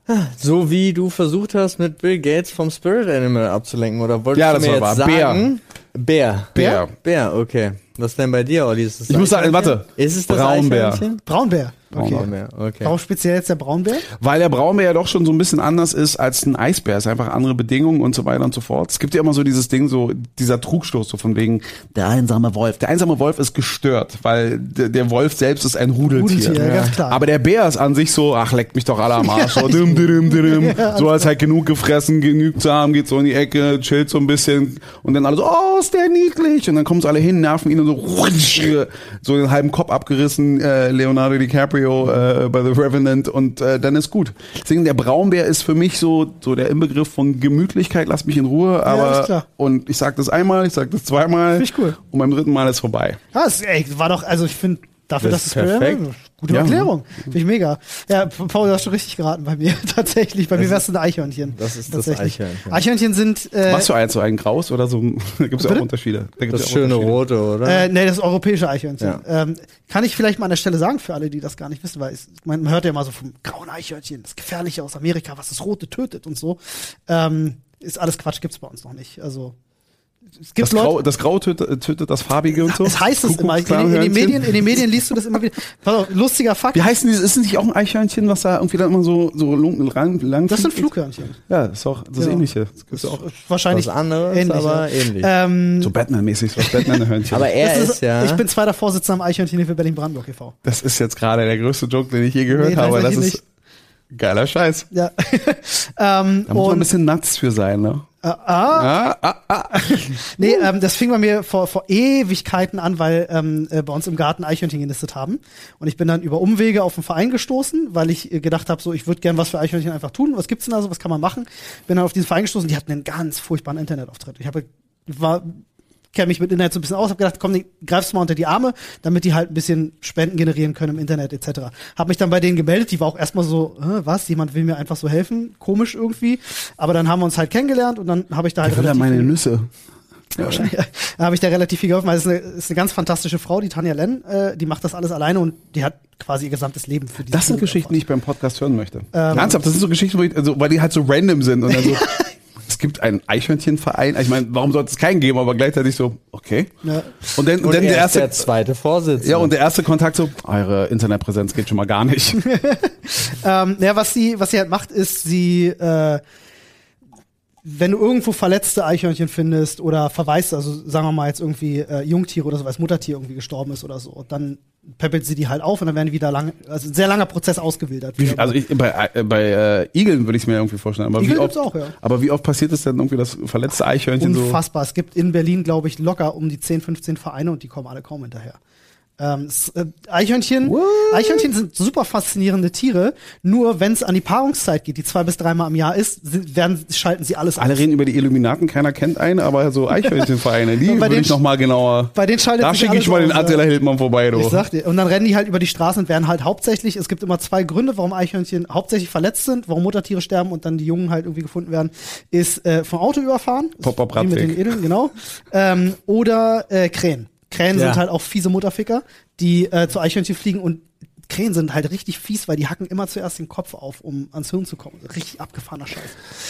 So wie du versucht hast, mit Bill Gates vom Spirit Animal abzulenken, oder wolltest Ja, du das mir war jetzt wahr. Bär. sagen? Bär. Bär. Bär, okay. Was denn bei dir, Olli? Ist es das Ich muss sagen, Eichhörnchen? warte. Ist es das Braunbär. Eichhörnchen? Braunbär. Okay. Braunbär, okay. Warum speziell jetzt der Braunbär? Weil der Braunbär ja doch schon so ein bisschen anders ist als ein Eisbär. Es ist einfach andere Bedingungen und so weiter und so fort. Es gibt ja immer so dieses Ding, so dieser Trugstoß, so von wegen der einsame Wolf. Der einsame Wolf ist gestört, weil der, der Wolf selbst ist ein Rudeltier. Rudeltier, ganz klar. Aber der Bär ist an sich so, ach, leckt mich doch alle am Arsch. So, dim, dim, dim, dim. So als halt genug gefressen, genug zu haben, geht so in die Ecke, chillt so ein bisschen und dann alle so, oh, ist der niedlich. Und dann kommen sie alle hin, nerven ihn und so, so den halben Kopf abgerissen, äh, Leonardo DiCaprio äh, bei The Revenant und äh, dann ist gut. Deswegen der Braunbär ist für mich so so der Inbegriff von Gemütlichkeit, lass mich in Ruhe, aber ist klar. und ich sag das einmal, ich sag das zweimal Find ich cool. und beim dritten Mal ist vorbei. Ja, das, ey, war doch, also ich finde, dafür, Das dass ist es perfekt. gute Ja. Erklärung. Finde ich mega. Ja, Paul, du hast schon richtig geraten bei mir. Tatsächlich. Bei mir wär's ein Eichhörnchen. das ist das Tatsächlich. Eichhörnchen. Eichhörnchen sind, äh, Was für eins, so ein Graus oder so? Da gibt's ja auch Bitte? Unterschiede. Da gibt's Das ja auch schöne Unterschiede. Rote, oder? Äh, nee, das europäische Eichhörnchen. Ja. Ähm, kann ich vielleicht mal an der Stelle sagen, für alle, die das gar nicht wissen, weil es, man, man hört ja immer so vom grauen Eichhörnchen, das Gefährliche aus Amerika, was das Rote tötet und so. Ähm, ist alles Quatsch, gibt's bei uns noch nicht. Also, es gibt Das Grau, Leute, das Grau tötet, tötet das Farbige und so. es heißt es immer, in, in, den Kuckucksklan-Hörnchen. Medien, in den Medien liest du das immer wieder. Pass auf, lustiger Fakt, Wie heißen die? Ist es nicht auch ein Eichhörnchen, was da irgendwie dann immer so, so lang, lang, lang das sind fliegt? Flughörnchen. Ja, das ist auch das Ja. Ähnliche. Das gibt's auch. Wahrscheinlich Was anderes, ähnlich, aber ja. ähnlich. Ähm, So Batman-mäßig, so das Batman-Hörnchen. Aber er das ist, ja. Ich bin zweiter Vorsitzender am Eichhörnchen für Berlin-Brandenburg e.V. Das ist jetzt gerade der größte Joke, den ich je gehört Nee, habe. Das tatsächlich ist geiler Scheiß. Ja. ähm, Da muss man ein und, bisschen nuts für sein, ne? äh, ah, Ah, ah, ah. nee, ähm, das fing bei mir vor, vor Ewigkeiten an, weil ähm, äh, bei uns im Garten Eichhörnchen genistet haben. Und ich bin dann über Umwege auf einen Verein gestoßen, weil ich äh, gedacht habe, so ich würde gern was für Eichhörnchen einfach tun. Was gibt's denn da so? Was kann man machen? Bin dann auf diesen Verein gestoßen, die hatten einen ganz furchtbaren Internetauftritt. Ich habe war kenne mich mit Internet so ein bisschen aus, habe gedacht, komm, die greifst du mal unter die Arme, damit die halt ein bisschen Spenden generieren können im Internet et cetera. Hab mich dann bei denen gemeldet, die war auch erstmal so, äh, was, jemand will mir einfach so helfen, komisch irgendwie, aber dann haben wir uns halt kennengelernt und dann habe ich da halt Der will ja meine Nüsse. Ja, wahrscheinlich. Da habe ich da relativ viel geholfen, weil es ist eine, ist eine ganz fantastische Frau, die Tanja Lenn, äh, die macht das alles alleine und die hat quasi ihr gesamtes Leben für die. Das sind Geschichten, die ich beim Podcast hören möchte. Ähm, Ernsthaft, das sind so Geschichten, wo ich, also, weil die halt so random sind und dann so, es gibt einen Eichhörnchenverein. Ich meine, warum sollte es keinen geben, aber gleichzeitig so, okay. Ja. Und dann, und Und dann er der ist erste, der zweite Vorsitzende. ja, und der erste Kontakt so, eure Internetpräsenz geht schon mal gar nicht. Ähm, ja, was sie, was sie halt macht, ist, sie, äh, wenn du irgendwo verletzte Eichhörnchen findest oder verwaist, also sagen wir mal jetzt irgendwie äh, Jungtiere oder so, weil das Muttertier irgendwie gestorben ist oder so, dann peppelt sie die halt auf und dann werden die wieder lang, also ein sehr langer Prozess ausgewildert. Wie, also ich, bei, äh, bei äh, Igeln würde ich es mir irgendwie vorstellen. Aber Igel wie oft, gibt's auch, ja. Aber wie oft passiert es denn irgendwie, dass verletzte Eichhörnchen so? Unfassbar. Es gibt in Berlin, glaube ich, locker um die zehn, fünfzehn Vereine und die kommen alle kaum hinterher. Ähm, es, äh, Eichhörnchen, Eichhörnchen sind super faszinierende Tiere. Nur wenn es an die Paarungszeit geht, die zwei bis dreimal im Jahr ist, sind, werden, schalten sie alles Alle aus. reden über die Illuminaten, keiner kennt einen, aber so Eichhörnchenvereine, die Und bei würde den ich noch mal genauer. Bei denen schaltet Da sich schicke ich alles mal den aus, Attila ja. Hildmann vorbei, du. Ich sag dir. Und dann rennen die halt über die Straßen und werden halt hauptsächlich, es gibt immer zwei Gründe, warum Eichhörnchen hauptsächlich verletzt sind, warum Muttertiere sterben und dann die Jungen halt irgendwie gefunden werden, ist äh, vom Auto überfahren. Pop-up Wie mit Radweg. den Edeln, genau. ähm, oder äh, Krähen. Krähen Ja. sind halt auch fiese Mutterficker, die äh, zu Eichhörnchen fliegen und Krähen sind halt richtig fies, weil die hacken immer zuerst den Kopf auf, um ans Hirn zu kommen. Richtig abgefahrener Scheiß.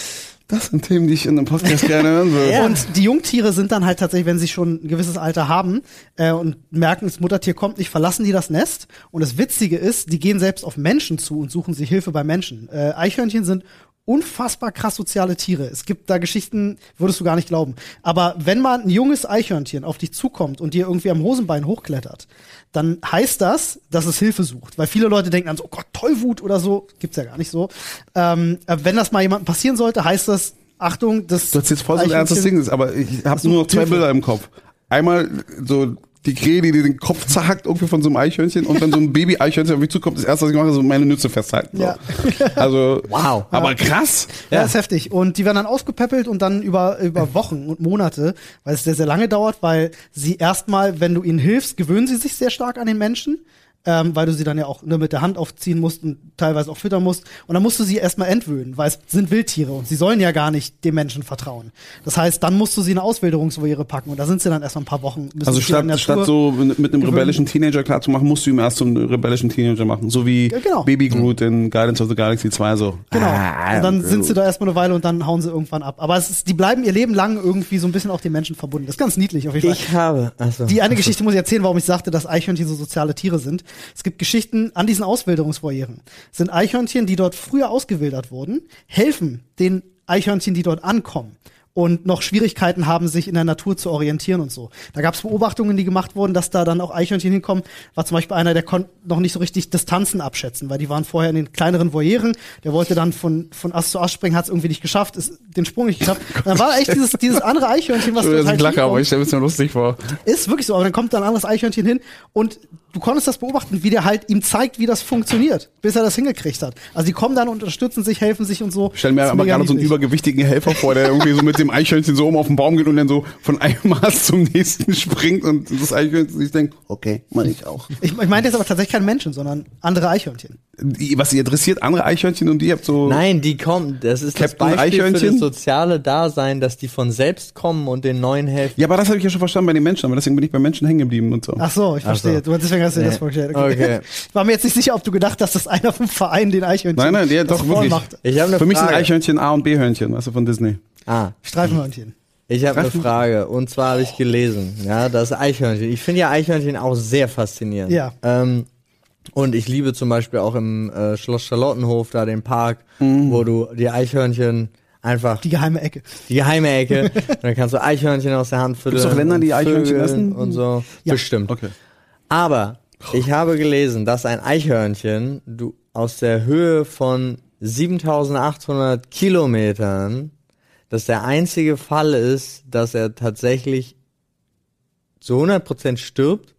Das sind Themen, die ich in einem Podcast gerne hören würde. Ja. Und die Jungtiere sind dann halt tatsächlich, wenn sie schon ein gewisses Alter haben äh, und merken, das Muttertier kommt nicht, verlassen die das Nest. Und das Witzige ist, die gehen selbst auf Menschen zu und suchen sich Hilfe bei Menschen. Äh, Eichhörnchen sind unfassbar krass soziale Tiere. Es gibt da Geschichten, würdest du gar nicht glauben. Aber wenn mal ein junges Eichhörnchen auf dich zukommt und dir irgendwie am Hosenbein hochklettert, dann heißt das, dass es Hilfe sucht. Weil viele Leute denken dann so, oh Gott, Tollwut oder so. Gibt's ja gar nicht so. Ähm, wenn das mal jemandem passieren sollte, heißt das, Achtung, das Du hast jetzt voll so ein ernstes Ding, aber ich habe nur noch zwei Hilfe. Bilder im Kopf. Einmal so die Krähe, die dir den Kopf zerhackt irgendwie von so einem Eichhörnchen und wenn so ein Baby-Eichhörnchen auf mich zukommt, das erste, was ich mache, ist so meine Nütze festhalten. So. Ja. Also, Wow. aber krass. Ja, Ja. ist heftig. Und die werden dann ausgepäppelt und dann über, über Wochen und Monate, weil es sehr, sehr lange dauert, weil sie erstmal, wenn du ihnen hilfst, gewöhnen sie sich sehr stark an den Menschen. Ähm, weil du sie dann ja auch nur mit der Hand aufziehen musst und teilweise auch füttern musst. Und dann musst du sie erstmal entwöhnen, weil es sind Wildtiere und sie sollen ja gar nicht dem Menschen vertrauen. Das heißt, dann musst du sie in eine Auswilderungsvoliere packen und da sind sie dann erstmal ein paar Wochen. müssen Also sie in der statt, Natur- statt so mit mit einem gewöhnen. rebellischen Teenager klarzumachen, musst du ihm erst so einen rebellischen Teenager machen. So wie Ja, genau. Baby Groot in Guardians of the Galaxy zwei so. Genau. Ah, und dann sind sie da erstmal eine Weile und dann hauen sie irgendwann ab. Aber es ist, die bleiben ihr Leben lang irgendwie so ein bisschen auch den Menschen verbunden. Das ist ganz niedlich auf jeden Fall. Ich habe. Achso. Die eine Geschichte muss ich erzählen, warum ich sagte, dass Eichhörnchen so soziale Tiere sind. Es gibt Geschichten an diesen Auswilderungsvolieren. Es sind Eichhörnchen, die dort früher ausgewildert wurden, helfen den Eichhörnchen, die dort ankommen und noch Schwierigkeiten haben, sich in der Natur zu orientieren und so. Da gab es Beobachtungen, die gemacht wurden, dass da dann auch Eichhörnchen hinkommen. War zum Beispiel einer, der konnte noch nicht so richtig Distanzen abschätzen, weil die waren vorher in den kleineren Volieren. Der wollte dann von, von Ast zu Ast springen, hat es irgendwie nicht geschafft, ist den Sprung nicht geschafft. Und dann war echt dieses, dieses andere Eichhörnchen, was dort halt hinkommt. stelle mir lustig vor. Ist wirklich so, aber dann kommt da ein anderes Eichhörnchen hin und du konntest das beobachten, wie der halt ihm zeigt, wie das funktioniert, bis er das hingekriegt hat. Also die kommen dann und unterstützen sich, helfen sich und so. Ich stell mir Ist aber mega gerade so einen niedlich. übergewichtigen Helfer vor, der irgendwie so mit dem Eichhörnchen so oben auf den Baum geht und dann so von einem Mast zum nächsten springt und das Eichhörnchen sich denkt, okay, mach ich auch. Ich, ich meinte jetzt aber tatsächlich keine Menschen, sondern andere Eichhörnchen. Die, was ihr interessiert, andere Eichhörnchen und ihr habt so... Nein, die kommen. Das ist Captain das Beispiel für Eichhörnchen? das soziale Dasein, dass die von selbst kommen und den Neuen helfen. Ja, aber das habe ich ja schon verstanden bei den Menschen, aber deswegen bin ich bei Menschen hängen geblieben und so. Ach so, ich verstehe. so. Du, deswegen hast du dir das Nee. vorgestellt. Okay. Ich war mir jetzt nicht sicher, ob du gedacht hast, dass einer vom Verein den Eichhörnchen Nein, nein, der das doch wirklich. vormacht. Ich habe eine Für mich sind Frage. Eichhörnchen A- und B-Hörnchen, also von Disney. Ah, Streifenhörnchen. ich habe eine Treffen- Frage. Und zwar habe ich gelesen, ja, das Eichhörnchen. Ich finde ja Eichhörnchen auch sehr faszinierend. Ja. Ähm, und ich liebe zum Beispiel auch im äh, Schloss Charlottenhof da den Park, wo du die Eichhörnchen einfach Die geheime Ecke. die geheime Ecke. Und dann kannst du Eichhörnchen aus der Hand füttern. Gibt's auch Länder, die und Eichhörnchen Vögeln essen? Und so. Ja. Bestimmt. Okay. Aber ich habe gelesen, dass ein Eichhörnchen du aus der Höhe von siebentausendachthundert Kilometern, dass der einzige Fall ist, dass er tatsächlich zu hundert Prozent stirbt,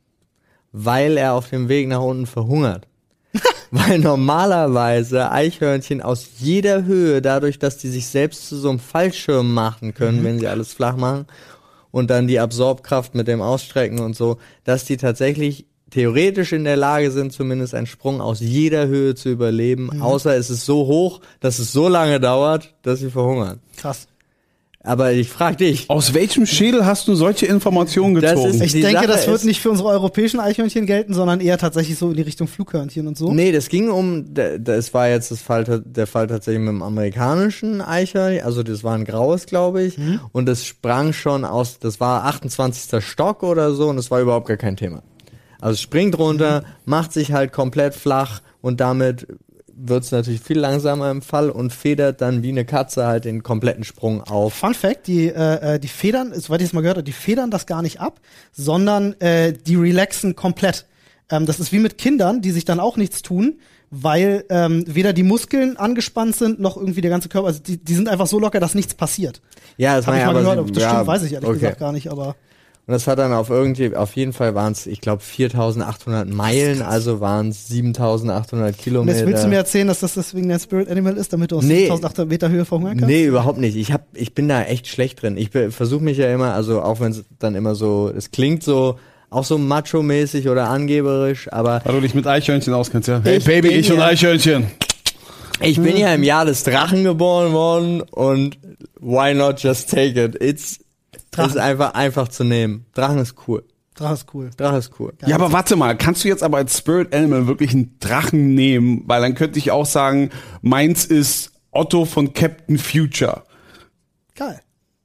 weil er auf dem Weg nach unten verhungert. Weil normalerweise Eichhörnchen aus jeder Höhe, dadurch, dass die sich selbst zu so einem Fallschirm machen können, wenn sie alles flach machen, und dann die Absorbkraft mit dem Ausstrecken und so, dass die tatsächlich theoretisch in der Lage sind, zumindest einen Sprung aus jeder Höhe zu überleben, mhm. außer es ist so hoch, dass es so lange dauert, dass sie verhungern. Krass. Aber ich frag dich. Aus welchem Schädel hast du solche Informationen gezogen? Das ist, Ich die denke, Sache das wird ist, nicht für unsere europäischen Eichhörnchen gelten, sondern eher tatsächlich so in die Richtung Flughörnchen und so. Nee, das ging um, das war jetzt das Fall, der Fall tatsächlich mit dem amerikanischen Eichhörnchen, also das war ein graues, glaube ich, mhm. und das sprang schon aus, das war achtundzwanzigster Stock oder so und das war überhaupt gar kein Thema. Also es springt runter, mhm. macht sich halt komplett flach und damit wird's natürlich viel langsamer im Fall und federt dann wie eine Katze halt den kompletten Sprung auf. Fun Fact, die, äh, die Federn, soweit ich es mal gehört habe, die federn das gar nicht ab, sondern äh, die relaxen komplett. Ähm, das ist wie mit Kindern, die sich dann auch nichts tun, weil ähm, weder die Muskeln angespannt sind, noch irgendwie der ganze Körper, also die, die sind einfach so locker, dass nichts passiert. Ja, das habe ich ja, mal aber gehört, ob das ja, stimmt, weiß ich ehrlich okay. gesagt gar nicht, aber Und das hat dann auf irgendwie, auf jeden Fall waren es, ich glaube, viertausendachthundert Meilen, also waren es siebentausendachthundert und Kilometer. jetzt willst du mir erzählen, dass das deswegen dein Spirit Animal ist, damit du aus Nee. siebentausendachthundert Meter Höhe verhungern kannst? Nee, überhaupt nicht. Ich hab, ich bin da echt schlecht drin. Ich versuche mich ja immer, also auch wenn es dann immer so, es klingt so, auch so macho-mäßig oder angeberisch, aber Weil du dich mit Eichhörnchen auskennst, ja. Hey Ich Baby, bin ich und ja- Eichhörnchen. ich bin ja im Jahr des Drachen geboren worden und why not just take it? It's, Drachen. ist einfach, einfach zu nehmen. Drachen ist cool. Drache ist cool. Drache ist cool. Ja, aber warte mal, kannst du jetzt aber als Spirit Animal wirklich einen Drachen nehmen? Weil dann könnte ich auch sagen, meins ist Otto von Captain Future. Geil.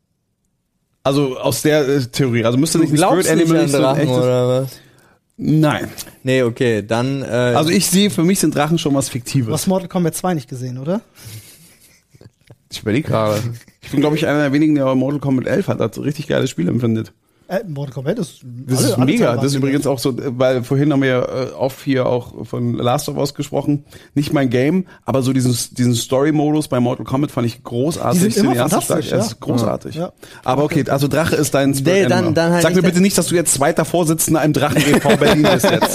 Also aus der äh, Theorie. Also müsste nicht ein Glaubst Spirit du nicht Animal an nicht so ein Drachen echtes. oder was? Nein. Nee, okay, dann, äh, Also ich sehe, für mich sind Drachen schon was Du Fiktives. hast Mortal Kombat zwei nicht gesehen, oder? Ich überlege gerade. Ich bin, glaube ich, einer der wenigen, der Mortal Kombat elf hat, das richtig geiles Spiel empfindet. Äh, Mortal Kombat ist Das alle- ist alle mega. Teile Das ist waren übrigens auch so, weil vorhin haben wir äh, oft hier auch von Last of Us gesprochen. Nicht mein Game, aber so diesen, diesen Story-Modus bei Mortal Kombat fand ich großartig. Die sind immer Cineastisch fantastisch, stark. ja. Es ist großartig. Ja. Aber okay, also Drache ist dein Spirit Nee, dann- Animal. dann halt Sag mir nicht- bitte nicht, dass du jetzt zweiter Vorsitzender im Drachen E V Berlin bist jetzt.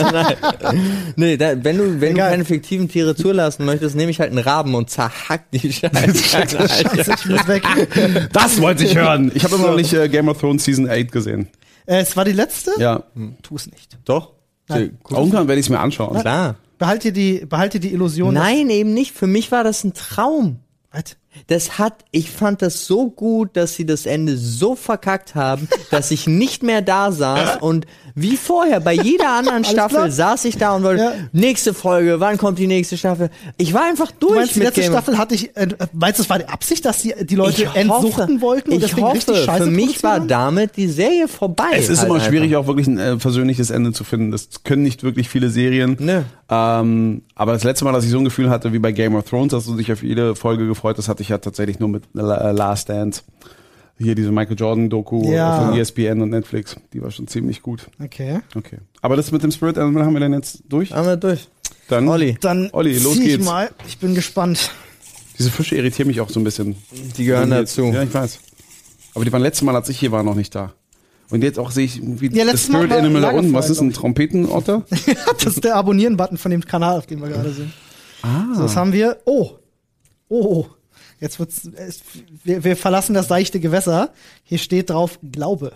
nee, da, wenn du, wenn Egal. du keine fiktiven Tiere zulassen möchtest, nehme ich halt einen Raben und zerhack die Scheiße. Scheiße, ich muss weg. Das wollte ich hören. Ich habe immer noch nicht äh, Game of Thrones Season acht gesehen. äh, es war die letzte? Ja. Tu es nicht. Doch. Nein. Irgendwann werde ich es mir anschauen. Klar. Behalt dir die, behalt dir die Illusion. Nein, eben nicht. Für mich war das ein Traum. Was? Das hat, ich fand das so gut, dass sie das Ende so verkackt haben, dass ich nicht mehr da saß und wie vorher bei jeder anderen Alles Staffel klar. saß ich da und wollte, Ja. nächste Folge, wann kommt die nächste Staffel? Ich war einfach Du durch meinst, die mit letzte Game of- Staffel hatte ich, äh, meinst du, es war die Absicht, dass die, die Leute Ich entsuchten hoffe, wollten und ich deswegen richtig hoffe, scheiße für mich war produzieren? damit die Serie vorbei. Es ist halt immer einfach. schwierig, auch wirklich ein äh, versöhnliches Ende zu finden. Das können nicht wirklich viele Serien. Nö. Ähm, aber das letzte Mal, dass ich so ein Gefühl hatte wie bei Game of Thrones, dass du dich auf jede Folge gefreut hast, hatte ich ja tatsächlich nur mit äh, Last Dance. Hier diese Michael Jordan-Doku Ja. von E S P N und Netflix. Die war schon ziemlich gut. Okay. Okay. Aber das mit dem Spirit Animal haben wir dann jetzt durch? Haben wir durch. Dann, Olli. Dann Olli, los zieh ich geht's. mal. Ich bin gespannt. Diese Fische irritieren mich auch so ein bisschen. Die gehören dazu. Ja, ich weiß. Aber die waren letztes Mal, als ich hier war, noch nicht da. Und jetzt auch sehe ich wie Ja, das letztes Mal Spirit war Animal da unten. Was Lagerfeuer, ist ein Trompetenotter? Das ist der Abonnieren-Button von dem Kanal, auf dem wir gerade sind. Ah. So, das haben wir. Oh. Oh. Jetzt wird's. Es, wir, wir verlassen das seichte Gewässer. Hier steht drauf Glaube.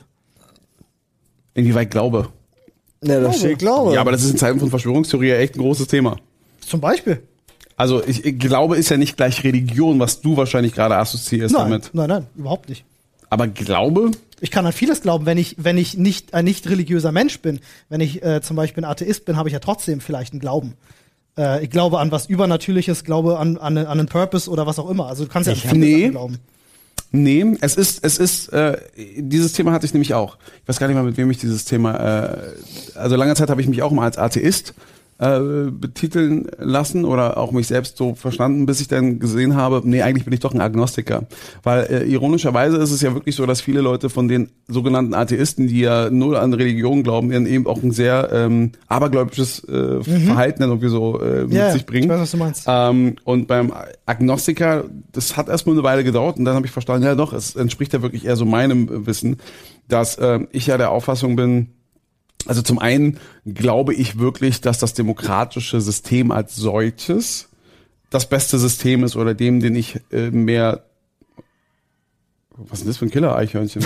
Inwieweit Glaube? Ja, das steht Glaube. Ja, aber das ist in Zeiten von Verschwörungstheorie ja echt ein großes Thema. Zum Beispiel. Also ich, ich glaube, ist ja nicht gleich Religion, was du wahrscheinlich gerade assoziierst Nein, damit. nein, nein, überhaupt nicht. Aber Glaube? Ich kann an vieles glauben, wenn ich, wenn ich nicht ein nicht religiöser Mensch bin. Wenn ich äh, zum Beispiel ein Atheist bin, habe ich ja trotzdem vielleicht einen Glauben. Äh, ich glaube an was Übernatürliches, glaube an, an, an einen Purpose oder was auch immer. Also du kannst ja an Ich- viele nee. Sachen glauben. Nee, es ist, es ist, äh, dieses Thema hatte ich nämlich auch. Ich weiß gar nicht mal, mit wem ich dieses Thema, äh, also lange Zeit habe ich mich auch mal als Atheist äh, betiteln lassen oder auch mich selbst so verstanden, bis ich dann gesehen habe, nee, eigentlich bin ich doch ein Agnostiker. Weil äh, ironischerweise ist es ja wirklich so, dass viele Leute von den sogenannten Atheisten, die ja null an Religion glauben, dann eben auch ein sehr ähm, abergläubisches äh, Verhalten dann irgendwie so äh, mit Ja, sich bringen. ich weiß, was du meinst. Ähm, und beim Agnostiker, das hat erstmal eine Weile gedauert und dann habe ich verstanden, ja doch, es entspricht ja wirklich eher so meinem Wissen, dass äh, ich ja der Auffassung bin, also zum einen glaube ich wirklich, dass das demokratische System als solches das beste System ist oder dem, den ich äh, mehr was ist denn das für ein Killer-Eichhörnchen?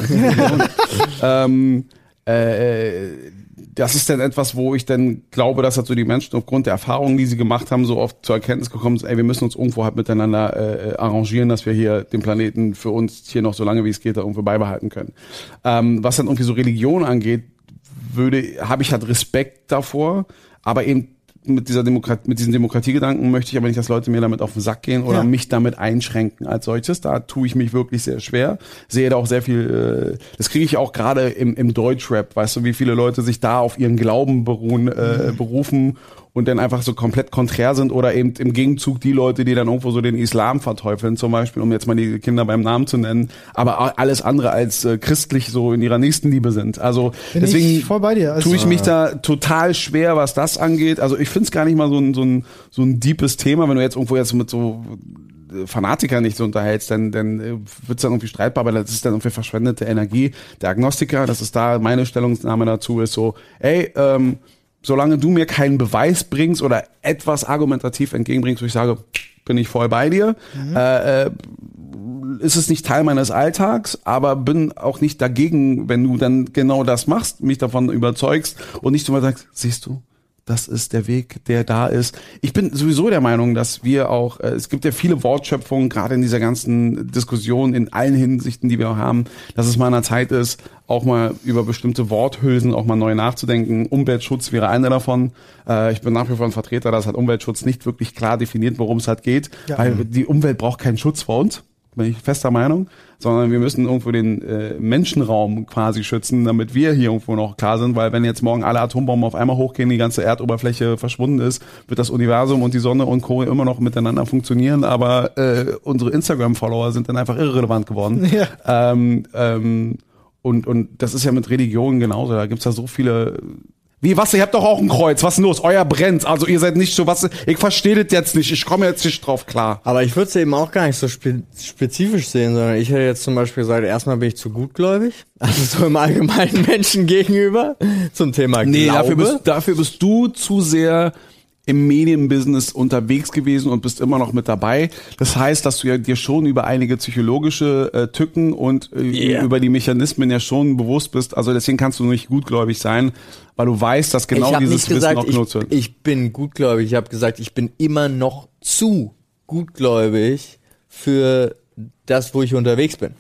ähm, äh, das ist dann etwas, wo ich dann glaube, dass halt so die Menschen aufgrund der Erfahrungen, die sie gemacht haben, so oft zur Erkenntnis gekommen sind, ey, wir müssen uns irgendwo halt miteinander äh, arrangieren, dass wir hier den Planeten für uns hier noch so lange wie es geht da irgendwo beibehalten können. Ähm, was dann irgendwie so Religion angeht, würde, habe ich halt Respekt davor, aber eben mit dieser Demokratie, mit diesen Demokratiegedanken möchte ich aber nicht, dass Leute mir damit auf den Sack gehen oder ja. mich damit einschränken als solches. Da tue ich mich wirklich sehr schwer. Sehe da auch sehr viel, äh, das kriege ich auch gerade im, im Deutschrap, weißt du, wie viele Leute sich da auf ihren Glauben beruhen, äh, mhm. berufen und dann einfach so komplett konträr sind oder eben im Gegenzug die Leute, die dann irgendwo so den Islam verteufeln zum Beispiel, um jetzt mal die Kinder beim Namen zu nennen, aber alles andere als äh, christlich so in ihrer Nächstenliebe sind. Also Bin deswegen ich voll bei dir. Also, tue ich mich da total schwer, was das angeht. Also ich finde es gar nicht mal so ein, so ein, so ein deepes Thema, wenn du jetzt irgendwo jetzt mit so Fanatiker nicht so unterhältst, dann, dann wird es dann irgendwie streitbar, aber das ist dann irgendwie verschwendete Energie. Der Agnostiker, das ist da meine Stellungnahme dazu, ist so, ey, ähm, solange du mir keinen Beweis bringst oder etwas argumentativ entgegenbringst, wo ich sage, bin ich voll bei dir, mhm. äh, äh, ist es nicht Teil meines Alltags, aber bin auch nicht dagegen, wenn du dann genau das machst, mich davon überzeugst und nicht so mal sagst, siehst du, das ist der Weg, der da ist. Ich bin sowieso der Meinung, dass wir auch, äh, es gibt ja viele Wortschöpfungen, gerade in dieser ganzen Diskussion, in allen Hinsichten, die wir haben, dass es mal an der Zeit ist, auch mal über bestimmte Worthülsen auch mal neu nachzudenken. Umweltschutz wäre eine davon. Äh, ich bin nach wie vor ein Vertreter, dass halt Umweltschutz nicht wirklich klar definiert, worum es halt geht, ja. weil die Umwelt braucht keinen Schutz vor uns. Bin ich fester Meinung, sondern wir müssen irgendwo den äh, Menschenraum quasi schützen, damit wir hier irgendwo noch klar sind, weil wenn jetzt morgen alle Atombomben auf einmal hochgehen, die ganze Erdoberfläche verschwunden ist, wird das Universum und die Sonne und Co. immer noch miteinander funktionieren, aber äh, unsere Instagram-Follower sind dann einfach irrelevant geworden. Ja. Ähm, ähm, und, und das ist ja mit Religionen genauso, da gibt's ja so viele... Wie, was? Ihr habt doch auch ein Kreuz. Was ist denn los? Euer brennt. Also ihr seid nicht so, was? Ich verstehe das jetzt nicht. Ich komme jetzt nicht drauf klar. Aber ich würde es eben auch gar nicht so spe- spezifisch sehen, sondern ich hätte jetzt zum Beispiel gesagt, erstmal bin ich zu gutgläubig. Also so im allgemeinen Menschen gegenüber. Zum Thema Glaube. Nee, dafür bist, dafür bist du zu sehr im Medienbusiness unterwegs gewesen und bist immer noch mit dabei. Das heißt, dass du ja dir schon über einige psychologische äh, Tücken und äh, yeah. über die Mechanismen ja schon bewusst bist. Also deswegen kannst du nicht gutgläubig sein, weil du weißt, dass genau dieses Wissen gesagt, noch genutzt wird. Ich, ich bin gutgläubig. Ich habe gesagt, ich bin immer noch zu gutgläubig für das, wo ich unterwegs bin.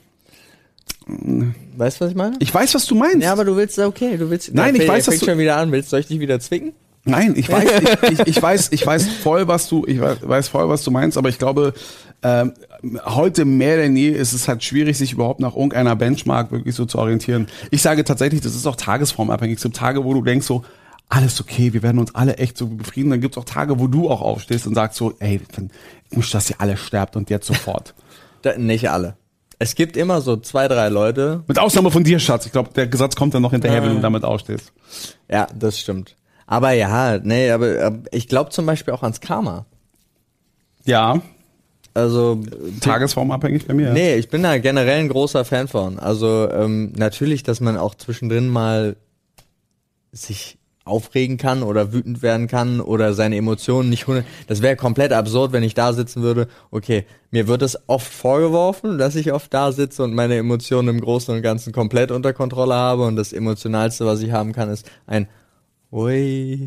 Weißt du, was ich meine? Ich weiß, was du meinst. Ja, aber du willst, okay, du willst. Nein, ich weiß, dass du schon wieder an. Willst soll ich dich wieder zwicken? Nein, ich weiß, ich, ich, ich weiß, ich weiß voll, was du, ich weiß voll, was du meinst, aber ich glaube, ähm, heute mehr denn je ist es halt schwierig, sich überhaupt nach irgendeiner Benchmark wirklich so zu orientieren. Ich sage tatsächlich, das ist auch tagesformabhängig. Es gibt Tage, wo du denkst so, alles okay, wir werden uns alle echt so befrieden. Dann gibt es auch Tage, wo du auch aufstehst und sagst so, ey, ich muss, dass ihr alle sterbt und jetzt sofort. Da, nicht alle. Es gibt immer so zwei, drei Leute. Mit Ausnahme von dir, Schatz. Ich glaube, der Gesetz kommt dann noch hinterher, ja. wenn du damit aufstehst. Ja, das stimmt. Aber ja, nee, aber, aber ich glaube zum Beispiel auch ans Karma. Ja. Also tagesformabhängig bei mir. Nee, ja. Ich bin da generell ein großer Fan von. Also ähm, natürlich, dass man auch zwischendrin mal sich aufregen kann oder wütend werden kann oder seine Emotionen nicht hundert. Das wäre komplett absurd, wenn ich da sitzen würde. Okay, mir wird es oft vorgeworfen, dass ich oft da sitze und meine Emotionen im Großen und Ganzen komplett unter Kontrolle habe und das Emotionalste, was ich haben kann, ist ein Ui.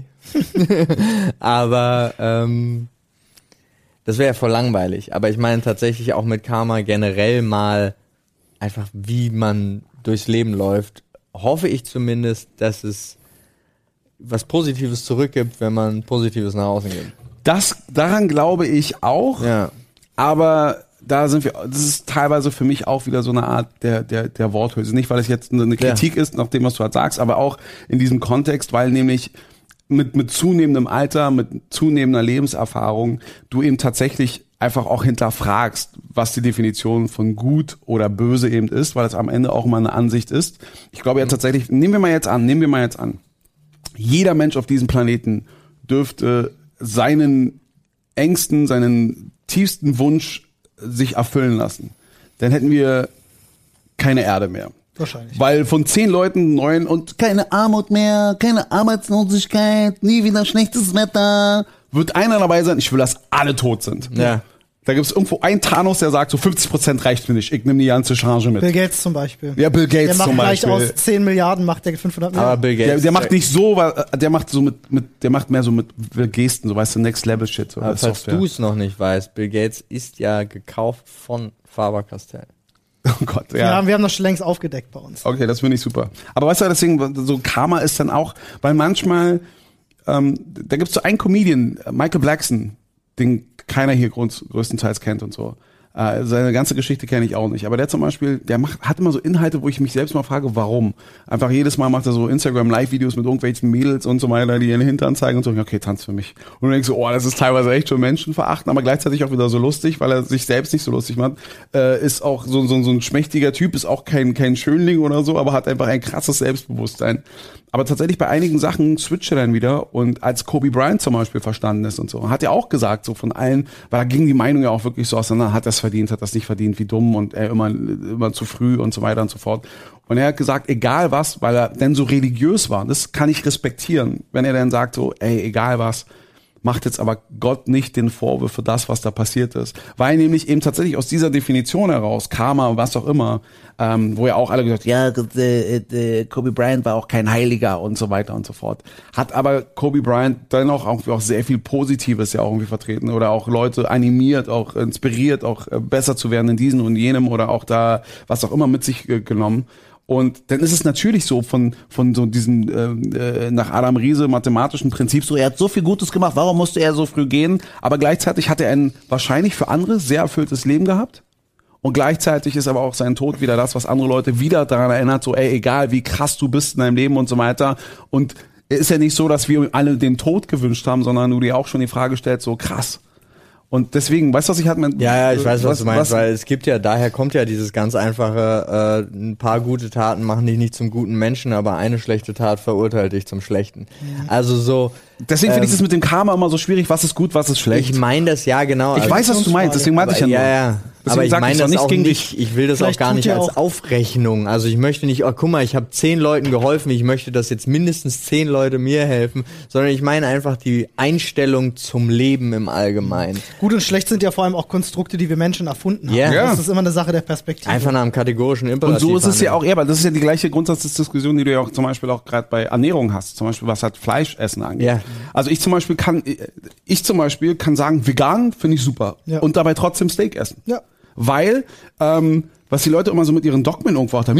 Aber ähm, das wäre ja voll langweilig. Aber ich meine tatsächlich auch mit Karma generell mal einfach, wie man durchs Leben läuft, hoffe ich zumindest, dass es was Positives zurückgibt, wenn man Positives nach außen gibt. Das, daran glaube ich auch. Ja. Aber da sind wir, das ist teilweise für mich auch wieder so eine Art der, der, der Worthülse. Nicht, weil es jetzt eine Kritik ja. ist, nach dem, was du halt sagst, aber auch in diesem Kontext, weil nämlich mit, mit zunehmendem Alter, mit zunehmender Lebenserfahrung, du eben tatsächlich einfach auch hinterfragst, was die Definition von gut oder böse eben ist, weil es am Ende auch immer eine Ansicht ist. Ich glaube ja tatsächlich, nehmen wir mal jetzt an, nehmen wir mal jetzt an, jeder Mensch auf diesem Planeten dürfte seinen engsten, seinen tiefsten Wunsch sich erfüllen lassen. Dann hätten wir keine Erde mehr. Wahrscheinlich. Weil von zehn Leuten neun und keine Armut mehr, keine Arbeitslosigkeit, nie wieder schlechtes Wetter, wird einer dabei sein, ich will, dass alle tot sind. Ja. Da gibt es irgendwo einen Thanos, der sagt, so fünfzig Prozent reicht mir nicht, ich nehme die ganze Charge mit. Bill Gates zum Beispiel. Ja, Bill Gates der macht zum vielleicht Beispiel. aus zehn Milliarden macht der fünfhundert Milliarden. Aber Bill Gates. Der, der macht nicht so, weil der macht so mit, mit, der macht mehr so mit Gesten, so weißt du, Next Level Shit. So Aber falls du es noch nicht weißt, Bill Gates ist ja gekauft von Faber-Castell. Oh Gott, ja. Wir haben, wir haben das schon längst aufgedeckt bei uns. Okay, das finde ich super. Aber weißt du, deswegen, so Karma ist dann auch, weil manchmal, ähm, da gibt's so einen Comedian, Michael Blackson, den keiner hier grund, größtenteils kennt und so. Äh, seine ganze Geschichte kenne ich auch nicht. Aber der zum Beispiel, der macht, hat immer so Inhalte, wo ich mich selbst mal frage, warum. Einfach jedes Mal macht er so Instagram-Live-Videos mit irgendwelchen Mädels und so weiter, die ihren Hintern zeigen und so, okay, tanz für mich. Und du denkst so, oh, das ist teilweise echt schon menschenverachtend, aber gleichzeitig auch wieder so lustig, weil er sich selbst nicht so lustig macht. Äh, ist auch so, so, so ein schmächtiger Typ, ist auch kein, kein Schönling oder so, aber hat einfach ein krasses Selbstbewusstsein. Aber tatsächlich bei einigen Sachen switcht er dann wieder und als Kobe Bryant zum Beispiel verstanden ist und so, hat er auch gesagt, so von allen, weil da ging die Meinung ja auch wirklich so auseinander, hat er es verdient, hat das nicht verdient, wie dumm und er immer, immer zu früh und so weiter und so fort. Und er hat gesagt, egal was, weil er denn so religiös war, das kann ich respektieren, wenn er dann sagt so, ey, egal was, macht jetzt aber Gott nicht den Vorwurf für das, was da passiert ist. Weil nämlich eben tatsächlich aus dieser Definition heraus, Karma, was auch immer, ähm, wo ja auch alle gesagt, ja, äh, äh, Kobe Bryant war auch kein Heiliger und so weiter und so fort. Hat aber Kobe Bryant dennoch auch, auch sehr viel Positives ja auch irgendwie vertreten oder auch Leute animiert, auch inspiriert, auch äh, besser zu werden in diesem und jenem oder auch da, was auch immer mit sich äh, genommen. Und dann ist es natürlich so von von so diesem äh, nach Adam Riese mathematischen Prinzip so, er hat so viel Gutes gemacht, warum musste er so früh gehen? Aber gleichzeitig hat er ein wahrscheinlich für andere sehr erfülltes Leben gehabt. Und gleichzeitig ist aber auch sein Tod wieder das, was andere Leute wieder daran erinnert, so ey, egal wie krass du bist in deinem Leben und so weiter. Und es ist ja nicht so, dass wir alle den Tod gewünscht haben, sondern du dir auch schon die Frage stellst, so krass. Und deswegen, weißt du, was ich halt mit, Ja, ja, ich weiß, was, was du meinst, was, weil es gibt ja, daher kommt ja dieses ganz einfache, äh, ein paar gute Taten machen dich nicht zum guten Menschen, aber eine schlechte Tat verurteilt dich zum Schlechten. Mhm. Also so. Deswegen finde ähm, ich das mit dem Karma immer so schwierig, was ist gut, was ist schlecht. Ich meine das ja genau. Ich also, weiß, was du meinst, deswegen meinte ich ja nur. Ja, ja. Deswegen Aber ich sag meine ich's das doch nicht auch gegen nicht, dich. ich will das Vielleicht auch gar tut nicht ihr als auch- Aufrechnung. Also ich möchte nicht, oh guck mal, ich habe zehn Leuten geholfen, ich möchte, dass jetzt mindestens zehn Leute mir helfen, sondern ich meine einfach die Einstellung zum Leben im Allgemeinen. Gut und schlecht sind ja vor allem auch Konstrukte, die wir Menschen erfunden haben. Ja. Ja. Das ist immer eine Sache der Perspektive. Einfach nach einem kategorischen Imperativ. Und so ist es ja handeln. auch, ja, aber das ist ja die gleiche Grundsatzdiskussion, die du ja auch zum Beispiel auch gerade bei Ernährung hast, zum Beispiel was halt Fleischessen angeht. Ja. Also ich zum Beispiel kann, ich zum Beispiel kann sagen, vegan finde ich super Ja. und dabei trotzdem Steak essen. Ja. Weil, ähm, was die Leute immer so mit ihren Dogmen irgendwo auch haben,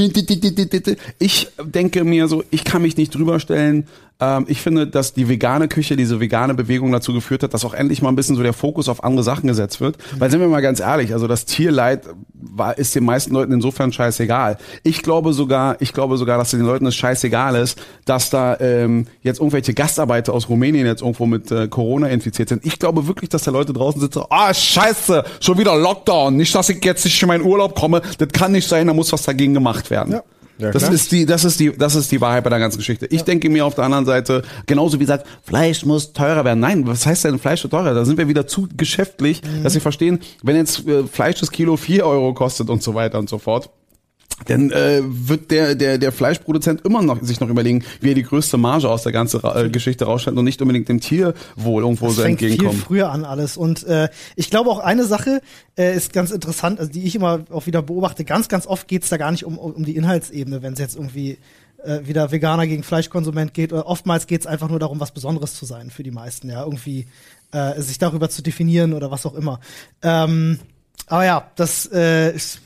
ich denke mir so, ich kann mich nicht drüber stellen. Ähm, ich finde, dass die vegane Küche, diese vegane Bewegung dazu geführt hat, dass auch endlich mal ein bisschen so der Fokus auf andere Sachen gesetzt wird. Weil, sind wir mal ganz ehrlich, also das Tierleid war, ist den meisten Leuten insofern scheißegal. Ich glaube sogar, ich glaube sogar, dass den Leuten es scheißegal ist, dass da ähm, jetzt irgendwelche Gastarbeiter aus Rumänien jetzt irgendwo mit äh, Corona infiziert sind. Ich glaube wirklich, dass da Leute draußen sitzen, ah, scheiße, schon wieder Lockdown. Nicht, dass ich jetzt nicht in meinen Urlaub komme. Das kann nicht sein, da muss was dagegen gemacht werden. Ja. Ja, das klar. ist die, das ist die, das ist die Wahrheit bei der ganzen Geschichte. Ich denke mir auf der anderen Seite, genauso wie sagt, Fleisch muss teurer werden. Nein, was heißt denn Fleisch wird teurer? Da sind wir wieder zu geschäftlich, Mhm. dass wir verstehen, wenn jetzt äh, Fleisch das Kilo vier Euro kostet und so weiter und so fort, dann äh, wird der der der Fleischproduzent immer noch sich noch überlegen, wie er die größte Marge aus der ganzen äh, Geschichte rausstellt und nicht unbedingt dem Tierwohl irgendwo Das so fängt viel entgegenkommen. früher an alles. Und äh, ich glaube auch eine Sache äh, ist ganz interessant, also die ich immer auch wieder beobachte, ganz, ganz oft geht's da gar nicht um, um, um die Inhaltsebene, wenn es jetzt irgendwie äh, wieder Veganer gegen Fleischkonsument geht. Oder oftmals geht's einfach nur darum, was Besonderes zu sein für die meisten, ja, irgendwie äh, sich darüber zu definieren oder was auch immer. Ähm, aber ja, das äh, ist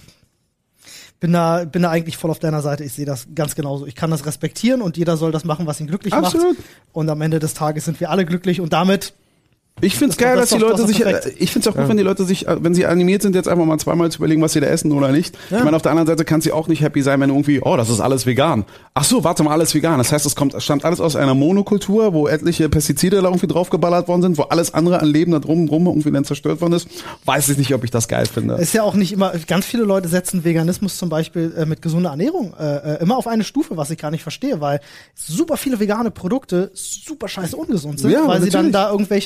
bin da, bin da eigentlich voll auf deiner Seite. Ich sehe das ganz genauso. Ich kann das respektieren und jeder soll das machen, was ihn glücklich Absolut. macht. Und am Ende des Tages sind wir alle glücklich und damit Ich find's Das ist geil, doch- dass die das ist doch- Leute das ist sich, doch äh, perfekt. ich find's auch gut, wenn die Leute sich, äh, wenn sie animiert sind, jetzt einfach mal zweimal zu überlegen, was sie da essen oder nicht. Ja. Ich meine, auf der anderen Seite kann sie auch nicht happy sein, wenn irgendwie, oh, das ist alles vegan. Ach so, warte mal, alles vegan. Das heißt, es kommt, es stammt alles aus einer Monokultur, wo etliche Pestizide da irgendwie draufgeballert worden sind, wo alles andere an Leben da drum, drum irgendwie dann zerstört worden ist. Weiß ich nicht, ob ich das geil finde. ist ja auch nicht immer, ganz viele Leute setzen Veganismus zum Beispiel äh, mit gesunder Ernährung äh, äh, immer auf eine Stufe, was ich gar nicht verstehe, weil super viele vegane Produkte super scheiße ungesund sind, Ja, weil sie dann natürlich. da irgendwelches Zeug